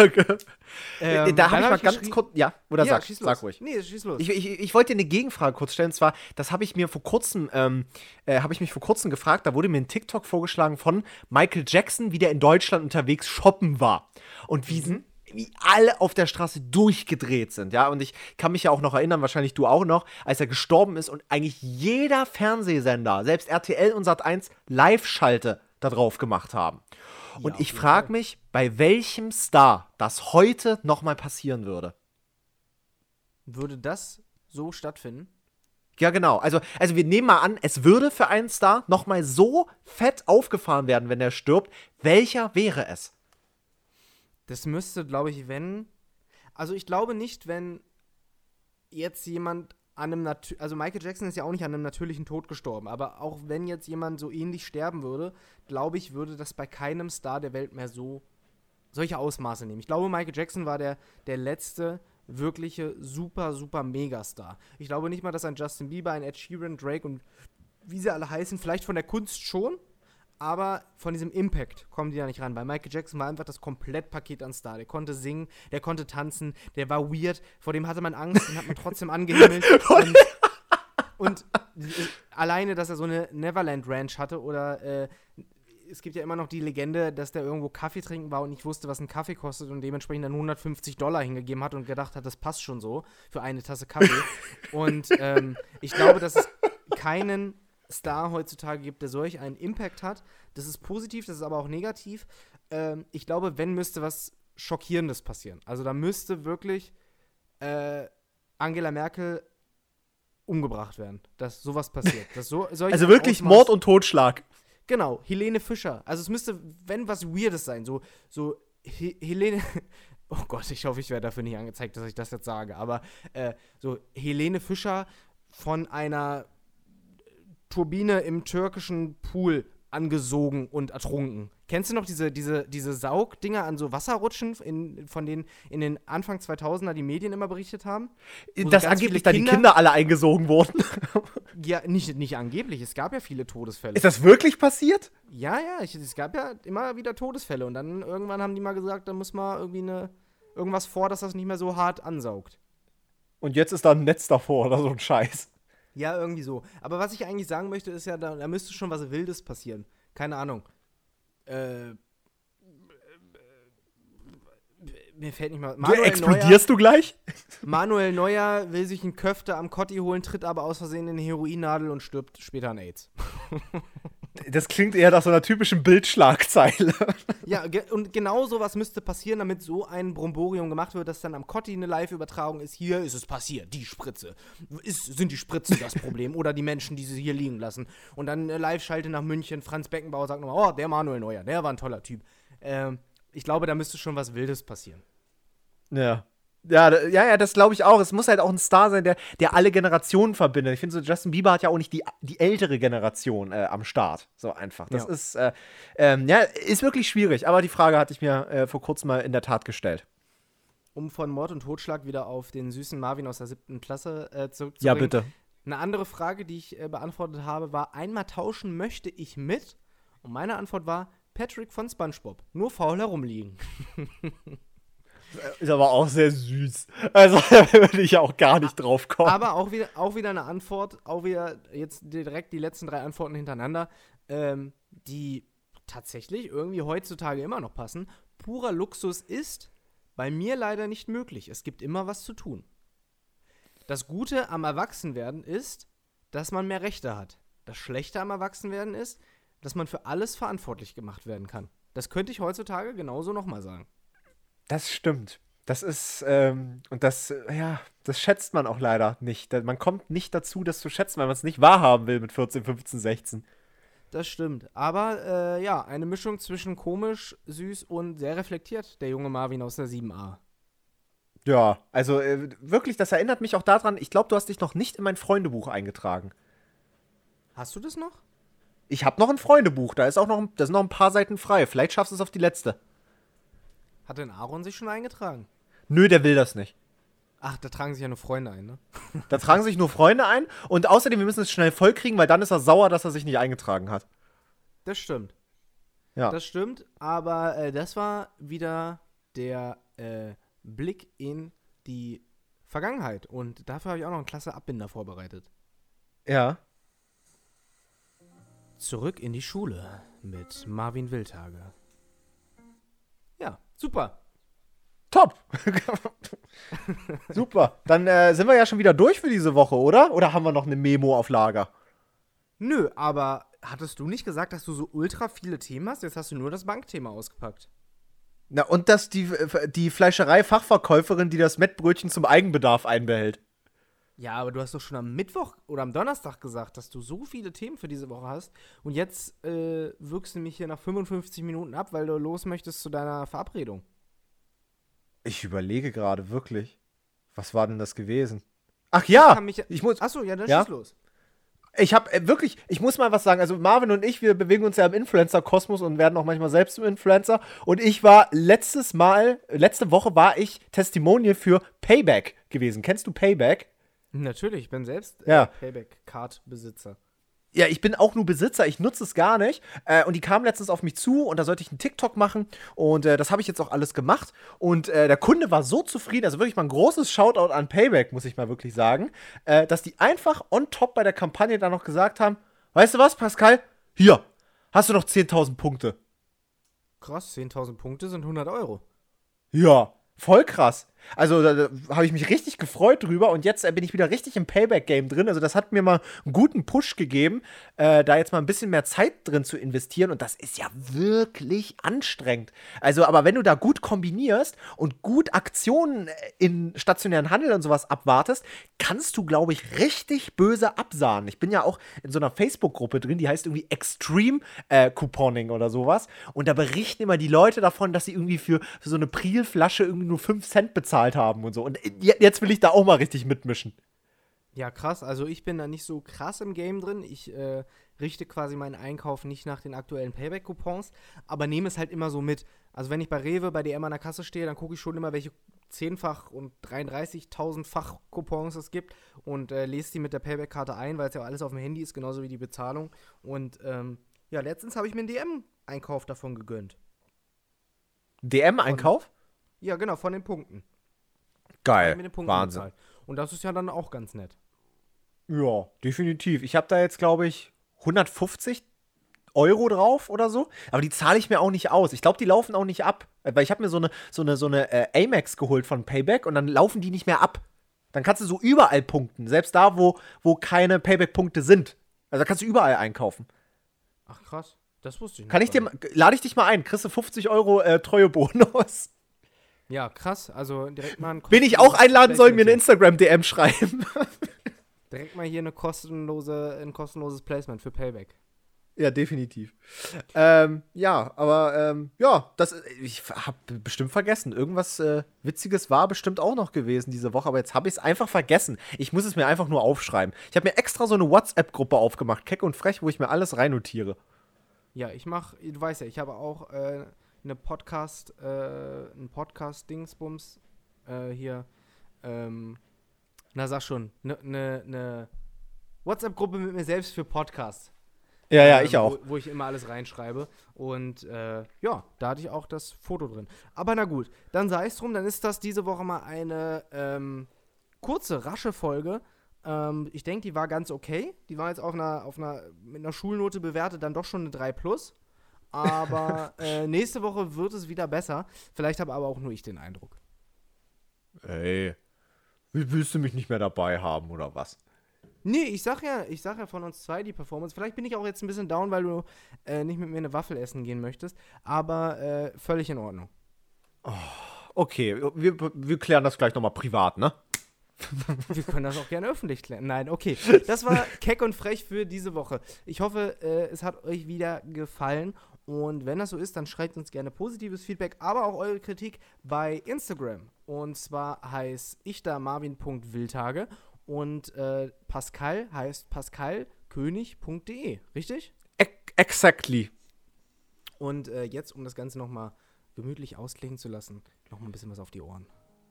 Ähm, da dann habe ich hab mal ich ganz geschrieben- kurz. Ja, oder ja, sag, schieß los. sag ruhig. Nee, schieß los. Ich, ich, ich wollte dir eine Gegenfrage kurz stellen. Und zwar, das habe ich mir vor kurzem, ähm, äh, habe ich mich vor kurzem gefragt, da wurde mir ein TikTok vorgeschlagen von Michael Jackson, wie der in Deutschland unterwegs shoppen war. Und wie, Mhm. wie alle auf der Straße durchgedreht sind, ja. Und ich kann mich ja auch noch erinnern, wahrscheinlich du auch noch, als er gestorben ist und eigentlich jeder Fernsehsender, selbst R T L und Sat eins, Live-Schalte da drauf gemacht haben. Und auf ich jeden frage Fall. mich, bei welchem Star das heute nochmal passieren würde. Würde das so stattfinden? Ja, genau. Also, also wir nehmen mal an, es würde für einen Star nochmal so fett aufgefahren werden, wenn er stirbt. Welcher wäre es? Das müsste, glaube ich, wenn. Also, ich glaube nicht, wenn jetzt jemand an einem. Natu- also, Michael Jackson ist ja auch nicht an einem natürlichen Tod gestorben. Aber auch wenn jetzt jemand so ähnlich sterben würde, glaube ich, würde das bei keinem Star der Welt mehr so solche Ausmaße nehmen. Ich glaube, Michael Jackson war der, der letzte wirkliche super, super Megastar. Ich glaube nicht mal, dass ein Justin Bieber, ein Ed Sheeran, Drake und wie sie alle heißen, vielleicht von der Kunst schon, aber von diesem Impact kommen die da nicht ran. Weil Michael Jackson war einfach das Komplettpaket an Star. Der konnte singen, der konnte tanzen, der war weird, vor dem hatte man Angst und hat man trotzdem angehimmelt. und, und äh, alleine, dass er so eine Neverland Ranch hatte oder äh, es gibt ja immer noch die Legende, dass der irgendwo Kaffee trinken war und nicht wusste, was ein Kaffee kostet und dementsprechend dann hundertfünfzig Dollar hingegeben hat und gedacht hat, das passt schon so für eine Tasse Kaffee. Und ähm, ich glaube, dass es keinen Star heutzutage gibt, der solch einen Impact hat. Das ist positiv, das ist aber auch negativ. Ähm, ich glaube, wenn, müsste was Schockierendes passieren. Also da müsste wirklich äh, Angela Merkel umgebracht werden, dass sowas passiert. Dass so, solch Also ein wirklich Ausmaß- Mord und Totschlag. Genau, Helene Fischer. Also es müsste, wenn was Weirdes sein, so, so He- Helene, oh Gott, ich hoffe, ich werde dafür nicht angezeigt, dass ich das jetzt sage, aber äh, so Helene Fischer von einer Turbine im türkischen Pool angesogen und ertrunken. Kennst du noch diese, diese, diese Saugdinger an so Wasserrutschen, in, von denen in den Anfang zweitausender die Medien immer berichtet haben? Wo so Dass ganz angeblich viele da die Kinder alle eingesogen wurden. Ja, nicht, nicht angeblich, es gab ja viele Todesfälle. Ist das wirklich passiert? Ja, ja, ich, es gab ja immer wieder Todesfälle und dann irgendwann haben die mal gesagt, da muss mal irgendwie eine, irgendwas vor, dass das nicht mehr so hart ansaugt. Und jetzt ist da ein Netz davor oder so ein Scheiß. Ja, irgendwie so. Aber was ich eigentlich sagen möchte, ist ja, da, da müsste schon was Wildes passieren. Keine Ahnung. Äh, mir fällt nicht mal. Du explodierst du gleich? Manuel Neuer will sich einen Köfte am Kotti holen, tritt aber aus Versehen in eine Heroinnadel und stirbt später an AIDS. Das klingt eher nach so einer typischen Bildschlagzeile. Ja, ge- und genau sowas müsste passieren, damit so ein Bromborium gemacht wird, dass dann am Kotti eine Live-Übertragung ist. Hier ist es passiert, die Spritze. Ist, sind die Spritzen das Problem oder die Menschen, die sie hier liegen lassen? Und dann eine Live-Schalte nach München. Franz Beckenbauer sagt nochmal, oh, der Manuel Neuer, der war ein toller Typ. Ähm, ich glaube, da müsste schon was Wildes passieren. Ja. Ja, da- ja, ja, das glaube ich auch. Es muss halt auch ein Star sein, der, der alle Generationen verbindet. Ich finde, so Justin Bieber hat ja auch nicht die, die ältere Generation äh, am Start. So einfach. Das Ja. ist, äh, ähm, ja, ist wirklich schwierig. Aber die Frage hatte ich mir äh, vor kurzem mal in der Tat gestellt. Um von Mord und Totschlag wieder auf den süßen Marvin aus der siebten Klasse äh, zurückzubringen. Ja, bitte. Eine andere Frage, die ich äh, beantwortet habe, war, einmal tauschen möchte ich mit? Und meine Antwort war, Patrick von SpongeBob. Nur faul herumliegen. Ist aber auch sehr süß. Also, da würde ich ja auch gar nicht drauf kommen. Aber auch wieder, auch wieder eine Antwort, auch wieder jetzt direkt die letzten drei Antworten hintereinander, ähm, die tatsächlich irgendwie heutzutage immer noch passen. Purer Luxus ist bei mir leider nicht möglich. Es gibt immer was zu tun. Das Gute am Erwachsenwerden ist, dass man mehr Rechte hat. Das Schlechte am Erwachsenwerden ist, dass man für alles verantwortlich gemacht werden kann. Das könnte ich heutzutage genauso nochmal sagen. Das stimmt. Das ist, ähm, und das, äh, ja, das schätzt man auch leider nicht. Da- Man kommt nicht dazu, das zu schätzen, weil man es nicht wahrhaben will mit vierzehn, fünfzehn, sechzehn. Das stimmt. Aber äh, ja, eine Mischung zwischen komisch, süß und sehr reflektiert, der junge Marvin aus der sieben a. Ja, also äh, wirklich, das erinnert mich auch daran, ich glaube, du hast dich noch nicht in mein Freundebuch eingetragen. Hast du das noch? Ich habe noch ein Freundebuch, da ist auch noch, ein- da sind noch ein paar Seiten frei. Vielleicht schaffst du es auf die letzte. Hat denn Aaron sich schon eingetragen? Nö, der will das nicht. Ach, da tragen sich ja nur Freunde ein, ne? Da tragen sich nur Freunde ein und außerdem, wir müssen es schnell vollkriegen, weil dann ist er sauer, dass er sich nicht eingetragen hat. Das stimmt. Ja. Das stimmt, aber äh, das war wieder der äh, Blick in die Vergangenheit. Und dafür habe ich auch noch einen klasse Abbinder vorbereitet. Ja. Zurück in die Schule mit Marvin Wildhage. Ja, super. Top. Super. Dann äh, sind wir ja schon wieder durch für diese Woche, oder? Oder haben wir noch eine Memo auf Lager? Nö, aber hattest du nicht gesagt, dass du so ultra viele Themen hast? Jetzt hast du nur das Bankthema ausgepackt. Na, und dass die, die Fleischerei-Fachverkäuferin, die das Mettbrötchen zum Eigenbedarf einbehält. Ja, aber du hast doch schon am Mittwoch oder am Donnerstag gesagt, dass du so viele Themen für diese Woche hast. Und jetzt äh, wirkst du mich hier nach fünfundfünfzig Minuten ab, weil du los möchtest zu deiner Verabredung. Ich überlege gerade wirklich. Was war denn das gewesen? Ach ja, Kann mich- ich muss, Achso, ja, dann Ja? schieß los. ich habe äh, wirklich, ich muss mal was sagen. Also Marvin und ich, wir bewegen uns ja im Influencer-Kosmos und werden auch manchmal selbst zum Influencer. Und ich war letztes Mal, letzte Woche war ich Testimonial für Payback gewesen. Kennst du Payback? Natürlich, ich bin selbst Ja. äh, Payback-Card-Besitzer. Ja, ich bin auch nur Besitzer, ich nutze es gar nicht. Äh, und die kam letztens auf mich zu und da sollte ich einen TikTok machen. Und äh, das habe ich jetzt auch alles gemacht. Und äh, der Kunde war so zufrieden, also wirklich mal ein großes Shoutout an Payback, muss ich mal wirklich sagen, äh, dass die einfach on top bei der Kampagne dann noch gesagt haben: Weißt du was, Pascal? Hier, hast du noch zehntausend Punkte. Krass, zehntausend Punkte sind hundert Euro. Ja, voll krass. Also da, da habe ich mich richtig gefreut drüber und jetzt äh, bin ich wieder richtig im Payback-Game drin. Also das hat mir mal einen guten Push gegeben, äh, da jetzt mal ein bisschen mehr Zeit drin zu investieren und das ist ja wirklich anstrengend. Also aber wenn du da gut kombinierst und gut Aktionen in stationären Handel und sowas abwartest, kannst du, glaube ich, richtig böse absahnen. Ich bin ja auch in so einer Facebook-Gruppe drin, die heißt irgendwie Extreme äh, Couponing oder sowas und da berichten immer die Leute davon, dass sie irgendwie für, für so eine Priel-Flasche irgendwie nur fünf Cent bezahlen haben und so. Und je- jetzt will ich da auch mal richtig mitmischen. Ja, krass. Also ich bin da nicht so krass im Game drin. Ich äh, richte quasi meinen Einkauf nicht nach den aktuellen Payback-Coupons, aber nehme es halt immer so mit. Also wenn ich bei Rewe, bei D M an der Kasse stehe, dann gucke ich schon immer, welche zehnfach und dreiunddreißigtausendfach Coupons es gibt und äh, lese die mit der Payback-Karte ein, weil es ja alles auf dem Handy ist, genauso wie die Bezahlung. Und ähm, ja, letztens habe ich mir einen D M-Einkauf davon gegönnt. D M-Einkauf? Ja, genau, von den Punkten. Geil, Mit den Punkten Wahnsinn. bezahlt. Und das ist ja dann auch ganz nett. Ja, definitiv. Ich habe da jetzt, glaube ich, hundertfünfzig Euro drauf oder so. Aber die zahle ich mir auch nicht aus. Ich glaube, die laufen auch nicht ab. Weil ich habe mir so eine, so eine, so eine äh, Amex geholt von Payback und dann laufen die nicht mehr ab. Dann kannst du so überall punkten. Selbst da, wo, wo keine Payback-Punkte sind. Also da kannst du überall einkaufen. Ach krass, das wusste ich nicht. Kann ich dir, ma- lade ich dich mal ein. Kriegst du fünfzig Euro äh, Treuebonus. Ja, krass. Also direkt mal ein Wen ich auch einladen soll, mir eine Placement Instagram-D M schreiben. hier. Direkt mal hier eine kostenlose, ein kostenloses Placement für Payback. Ja, definitiv. Ähm, ja, aber ähm, ja, das, ich habe bestimmt vergessen. Irgendwas äh, Witziges war bestimmt auch noch gewesen diese Woche, aber jetzt habe ich es einfach vergessen. Ich muss es mir einfach nur aufschreiben. Ich habe mir extra so eine WhatsApp-Gruppe aufgemacht, keck und frech, wo ich mir alles reinnotiere. Ja, ich mach, du weißt ja, ich habe auch äh, eine Podcast, äh, ein Podcast-Dingsbums äh, hier, ähm, na sag schon, eine ne, ne WhatsApp-Gruppe mit mir selbst für Podcasts. Ja, ja, ähm, ich auch. Wo, wo ich immer alles reinschreibe. Und äh, ja, da hatte ich auch das Foto drin. Aber na gut, dann sei es drum, dann ist das diese Woche mal eine ähm, kurze, rasche Folge. Ähm, ich denke, die war ganz okay. Die war jetzt auf einer, auf einer, mit einer Schulnote bewertet, dann doch schon eine drei plus. Aber äh, nächste Woche wird es wieder besser. Vielleicht habe aber auch nur ich den Eindruck. Ey, willst du mich nicht mehr dabei haben, oder was? Nee, ich sag ja, ich sag ja von uns zwei die Performance. Vielleicht bin ich auch jetzt ein bisschen down, weil du äh, nicht mit mir eine Waffel essen gehen möchtest. Aber äh, völlig in Ordnung. Okay, wir, wir klären das gleich nochmal privat, ne? Wir können das auch gerne öffentlich klären. Nein, okay. Das war keck und frech für diese Woche. Ich hoffe, äh, es hat euch wieder gefallen. Und wenn das so ist, dann schreibt uns gerne positives Feedback, aber auch eure Kritik bei Instagram. Und zwar heißt ich da marvin.wildtage und äh, Pascal heißt pascalkönig punkt de, richtig? Exactly. Und äh, jetzt, um das Ganze nochmal gemütlich ausklingen zu lassen, nochmal ein bisschen was auf die Ohren.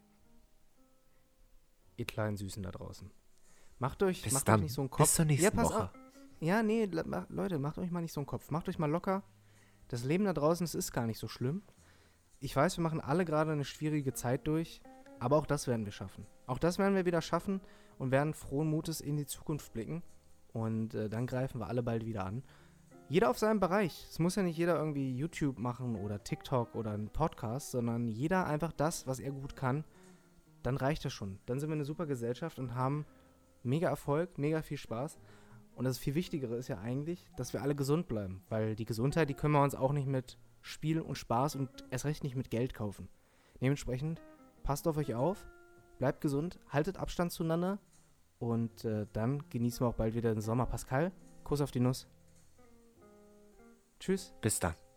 Ihr kleinen Süßen da draußen. Macht euch, Bis macht dann. euch nicht so einen Kopf. Bis zur nächsten ja, pass Woche. auf. Ja, nee, le- ma- Leute, macht euch mal nicht so einen Kopf. Macht euch mal locker. Das Leben da draußen, es ist gar nicht so schlimm. Ich weiß, wir machen alle gerade eine schwierige Zeit durch, aber auch das werden wir schaffen. Auch das werden wir wieder schaffen und werden frohen Mutes in die Zukunft blicken. Und äh, dann greifen wir alle bald wieder an. Jeder auf seinem Bereich. Es muss ja nicht jeder irgendwie YouTube machen oder TikTok oder einen Podcast, sondern jeder einfach das, was er gut kann. Dann reicht das schon. Dann sind wir eine super Gesellschaft und haben mega Erfolg, mega viel Spaß. Und das viel Wichtigere ist ja eigentlich, dass wir alle gesund bleiben. Weil die Gesundheit, die können wir uns auch nicht mit Spiel und Spaß und erst recht nicht mit Geld kaufen. Dementsprechend, passt auf euch auf, bleibt gesund, haltet Abstand zueinander und äh, dann genießen wir auch bald wieder den Sommer. Pascal, Kuss auf die Nuss. Tschüss. Bis dann.